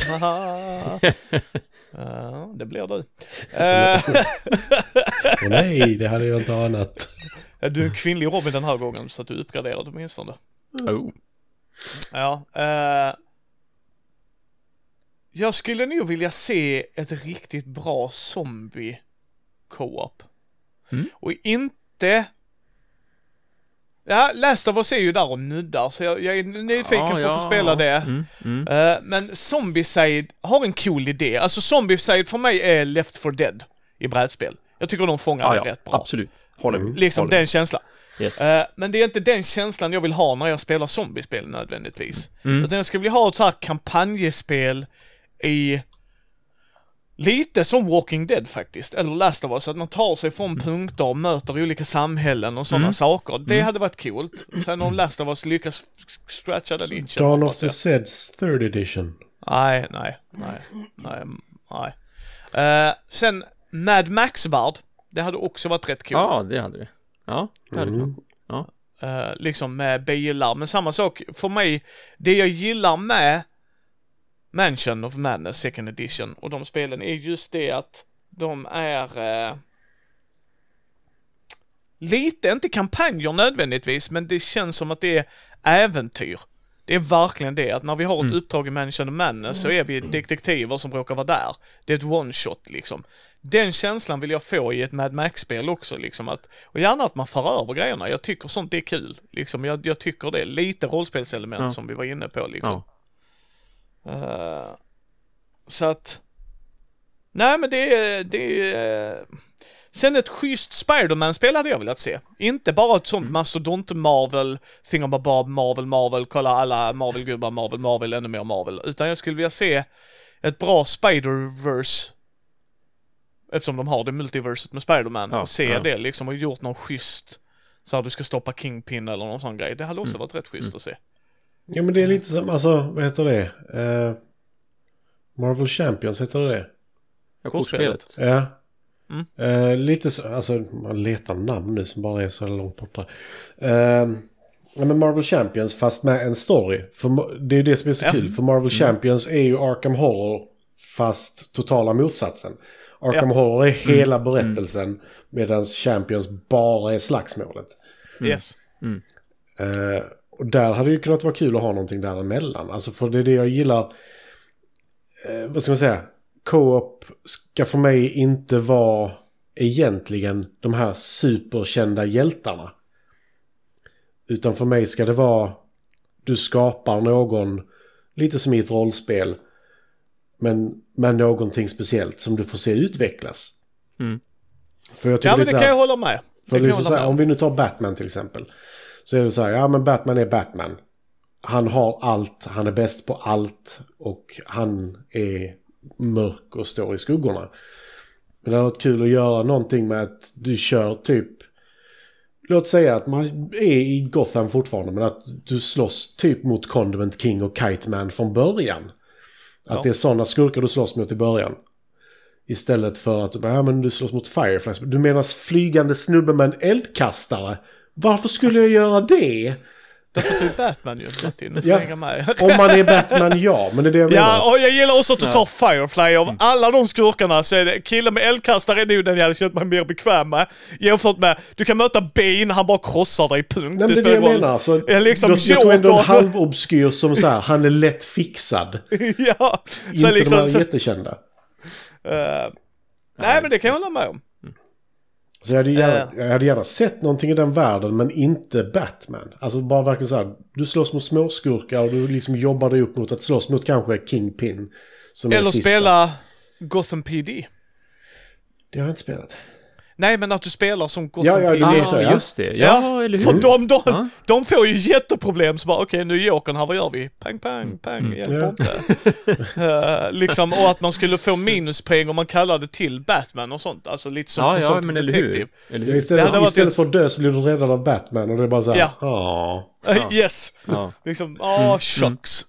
det blir du. Nej, det hade jag inte anat. Du är en kvinnlig Robin den här gången så att du uppgraderade åtminstone. Ja, jag skulle nog vilja se ett riktigt bra zombie co-op. Och inte... Ja, Last of Us är ju där och nuddar, så jag är nyfiken på att få spela det. Men Zombicide har en cool idé. Alltså Zombicide för mig är Left 4 Dead i brädspel. Jag tycker de fångar det rätt bra. Absolut. Liksom den känslan. Yes. Men det är inte den känslan jag vill ha när jag spelar zombiespel nödvändigtvis. Utan jag skulle vilja ha ett så här kampanjespel i lite som Walking Dead faktiskt, eller Last of Us, att man tar sig från punkter och möter olika samhällen och sådana saker. Det hade varit coolt. Sen om Last of Us lyckas scratcha den itchen. Dawn of the Dead's third edition. Nej. Sen Mad Max-värld, det hade också varit rätt coolt. Ja, det hade det. Ja, det hade det. Ja. Liksom med bilar. Men samma sak för mig, det jag gillar med Mansion of Madness second edition och de spelen är just det att de är lite, inte kampanjer nödvändigtvis, men det känns som att det är äventyr. Det är verkligen det, att när vi har ett uppdrag i Mansion of Madness så är vi detektiver som råkar vara där. Det är ett one-shot liksom. Den känslan vill jag få i ett Mad Max-spel också liksom, att, och gärna att man för över grejerna. Jag tycker sånt är kul liksom. Jag tycker det är lite rollspelselement som vi var inne på liksom. Så att nej, men det sen ett schysst Spider-Man-spel hade jag velat se. Inte bara ett sånt mastodont-Marvel, Thingamabob, Marvel, kolla alla Marvel-gubbar, Marvel, ännu mer Marvel. Utan jag skulle vilja se ett bra Spider-Verse, eftersom de har det multiverset med Spider-Man, och se det liksom, och gjort någon schysst, så att du ska stoppa Kingpin eller någon sån grej. Det hade också varit rätt schysst att se. Ja, men det är lite som, alltså, vad heter det? Marvel Champions heter det? Ja, kortspelet. Ja. Lite så, alltså man letar namn nu som bara är så långt borta. Men Marvel Champions fast med en story. För det är det som är så kul. För Marvel Champions är ju Arkham Horror fast totala motsatsen. Arkham Horror är hela berättelsen medan Champions bara är slagsmålet. Yes. Och där hade det ju kunnat vara kul att ha någonting däremellan. Alltså för det är det jag gillar. Vad ska man säga? Co-op ska för mig inte vara egentligen de här superkända hjältarna. Utan för mig ska det vara, du skapar någon lite som i ett rollspel, men med någonting speciellt som du får se utvecklas. För jag tycker men det kan jag hålla med. För det är så här, om vi nu tar Batman till exempel, så är det så här, ja men Batman är Batman. Han har allt, han är bäst på allt och han är mörk och står i skuggorna. Men det har varit kul att göra någonting med att du kör typ, låt säga att man är i Gotham fortfarande, men att du slåss typ mot Condiment King och Kite Man från början. Att det är sådana skurkar du slåss mot i början. Istället för att men du slåss mot Fireflies. Du menar flygande snubbe med en eldkastare. Varför skulle jag göra det? Därför att du är Batman ju. Om man är Batman, ja. Men det är det jag menar. Ja, och jag gillar också att du tar Firefly. Av alla de skurkarna så är det killen med eldkastare är det ju den jag hade känt mig mer bekväm med. Jämfört med, du kan möta Bane, han bara krossar dig, punkt. Nej, det är det jag menar. Alltså, liksom jag tog ändå en halvobskyr som så här, han är lätt fixad. Ja. Så inte liksom, de här jättekända. Nej, men det kan jag hålla med om. Så jag hade gärna sett någonting i den världen, men inte Batman. Alltså bara verkligen så här, du slåss mot småskurkar och du liksom jobbar dig upp mot att slåss mot kanske Kingpin. Eller spela Gotham PD. Det har jag inte spelat. Nej, men att du spelar som Gotham PD. Just det. Ja, eller hur? För de får ju jätteproblem. Så bara, okej, nu är Jokern här, vad gör vi? Pang, pang, pang, hjälper inte. Liksom, och att man skulle få minuspoäng om man kallade till Batman och sånt. Alltså lite som men eller hur? Eller hur? Istället för att dö så blir du räddad av Batman och det är bara så här, yes. Liksom, shucks.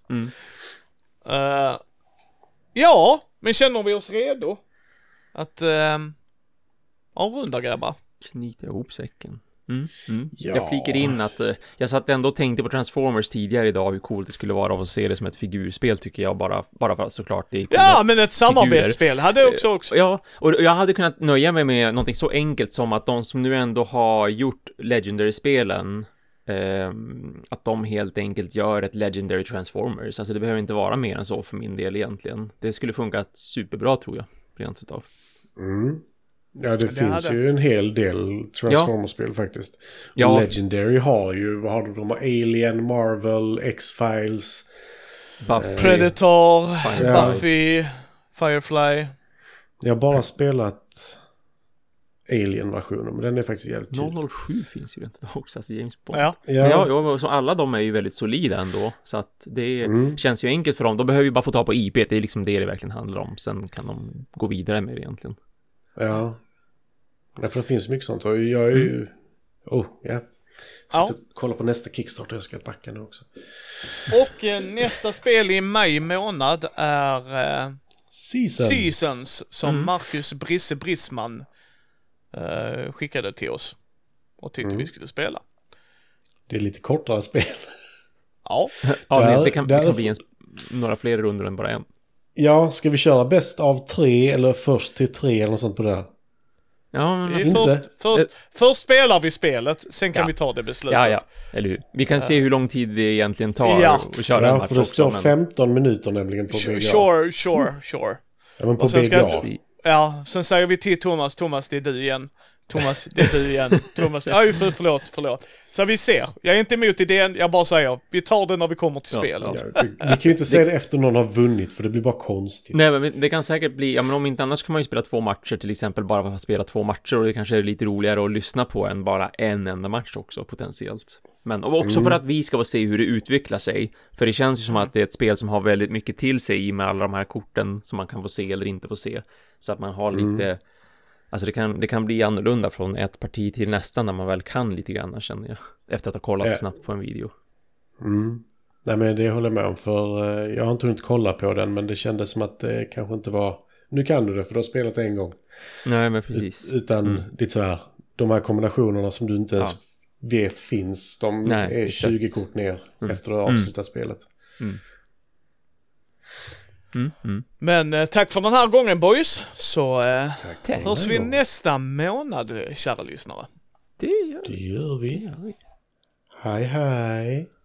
Ja, men känner vi oss redo att avrunda, grabbar? Knyta ihop säcken. Jag flikar in att jag satt ändå och tänkte på Transformers tidigare idag, hur coolt det skulle vara att se det som ett figurspel, tycker jag, bara för att såklart det är ja, men ett samarbetsspel hade jag också. Ja, och jag hade kunnat nöja mig med någonting så enkelt som att de som nu ändå har gjort Legendary-spelen, att de helt enkelt gör ett Legendary Transformers. Alltså det behöver inte vara mer än så för min del egentligen. Det skulle funka superbra, tror jag, rent utav. Ja, det finns ju en hel del Transformers-spel faktiskt. Och Legendary har ju, vad har de? Alien, Marvel, X-Files, Predator, Buffy, Firefly. Jag har bara spelat Alien-versionen, men den är faktiskt jävligt kul. 007 finns ju inte också, alltså James Bond. Ja, så alla de är ju väldigt solida ändå, så att det känns ju enkelt för dem. De behöver ju bara få ta på IP, det är liksom det verkligen handlar om. Sen kan de gå vidare med det egentligen. Ja. Nej, för det finns mycket sånt. Och jag är ju... kolla på nästa Kickstarter. Jag ska backa nu också. Och nästa spel i maj månad är Seasons som Marcus Brisse Brissman skickade till oss och tyckte vi skulle spela. Det är lite kortare spel. Det kan bli några fler runder än bara en. Ja, ska vi köra bäst av 3 eller först till 3 eller något sånt på det? Ja, först spelar vi spelet, sen kan vi ta det beslutet. Ja, eller hur? Vi kan se hur lång tid det egentligen tar att köra en match. För det står 15 minuter nämligen på BGA. Sure. Ja, men på BGA. Sen säger vi till Thomas, det är du igen. Thomas, förlåt. Så vi ser. Jag är inte emot idén, jag bara säger, vi tar det när vi kommer till spelet. Vi kan ju inte säga det efter någon har vunnit, för det blir bara konstigt. Nej, men det kan säkert bli, men om inte annars kan man ju spela 2 matcher till exempel, bara för att spela 2 matcher, och det kanske är lite roligare att lyssna på än bara en enda match också, potentiellt. Men också för att vi ska få se hur det utvecklar sig, för det känns ju som att det är ett spel som har väldigt mycket till sig med alla de här korten som man kan få se eller inte få se, så att man har lite... Alltså det kan bli annorlunda från ett parti till nästa när man väl kan lite grann, känner jag. Efter att ha kollat snabbt på en video. Nej, men det håller jag med om, för jag har inte hunnit kolla på den, men det kändes som att det kanske inte var... Nu kan du det, för du har spelat en gång. Nej, men precis. Utan lite så här, de här kombinationerna som du inte ens vet finns, de är 20 kort ner efter att ha avslutat spelet. Men tack för den här gången, boys. Så hörs vi nästa månad, kära lyssnare. Det gör vi. Hej.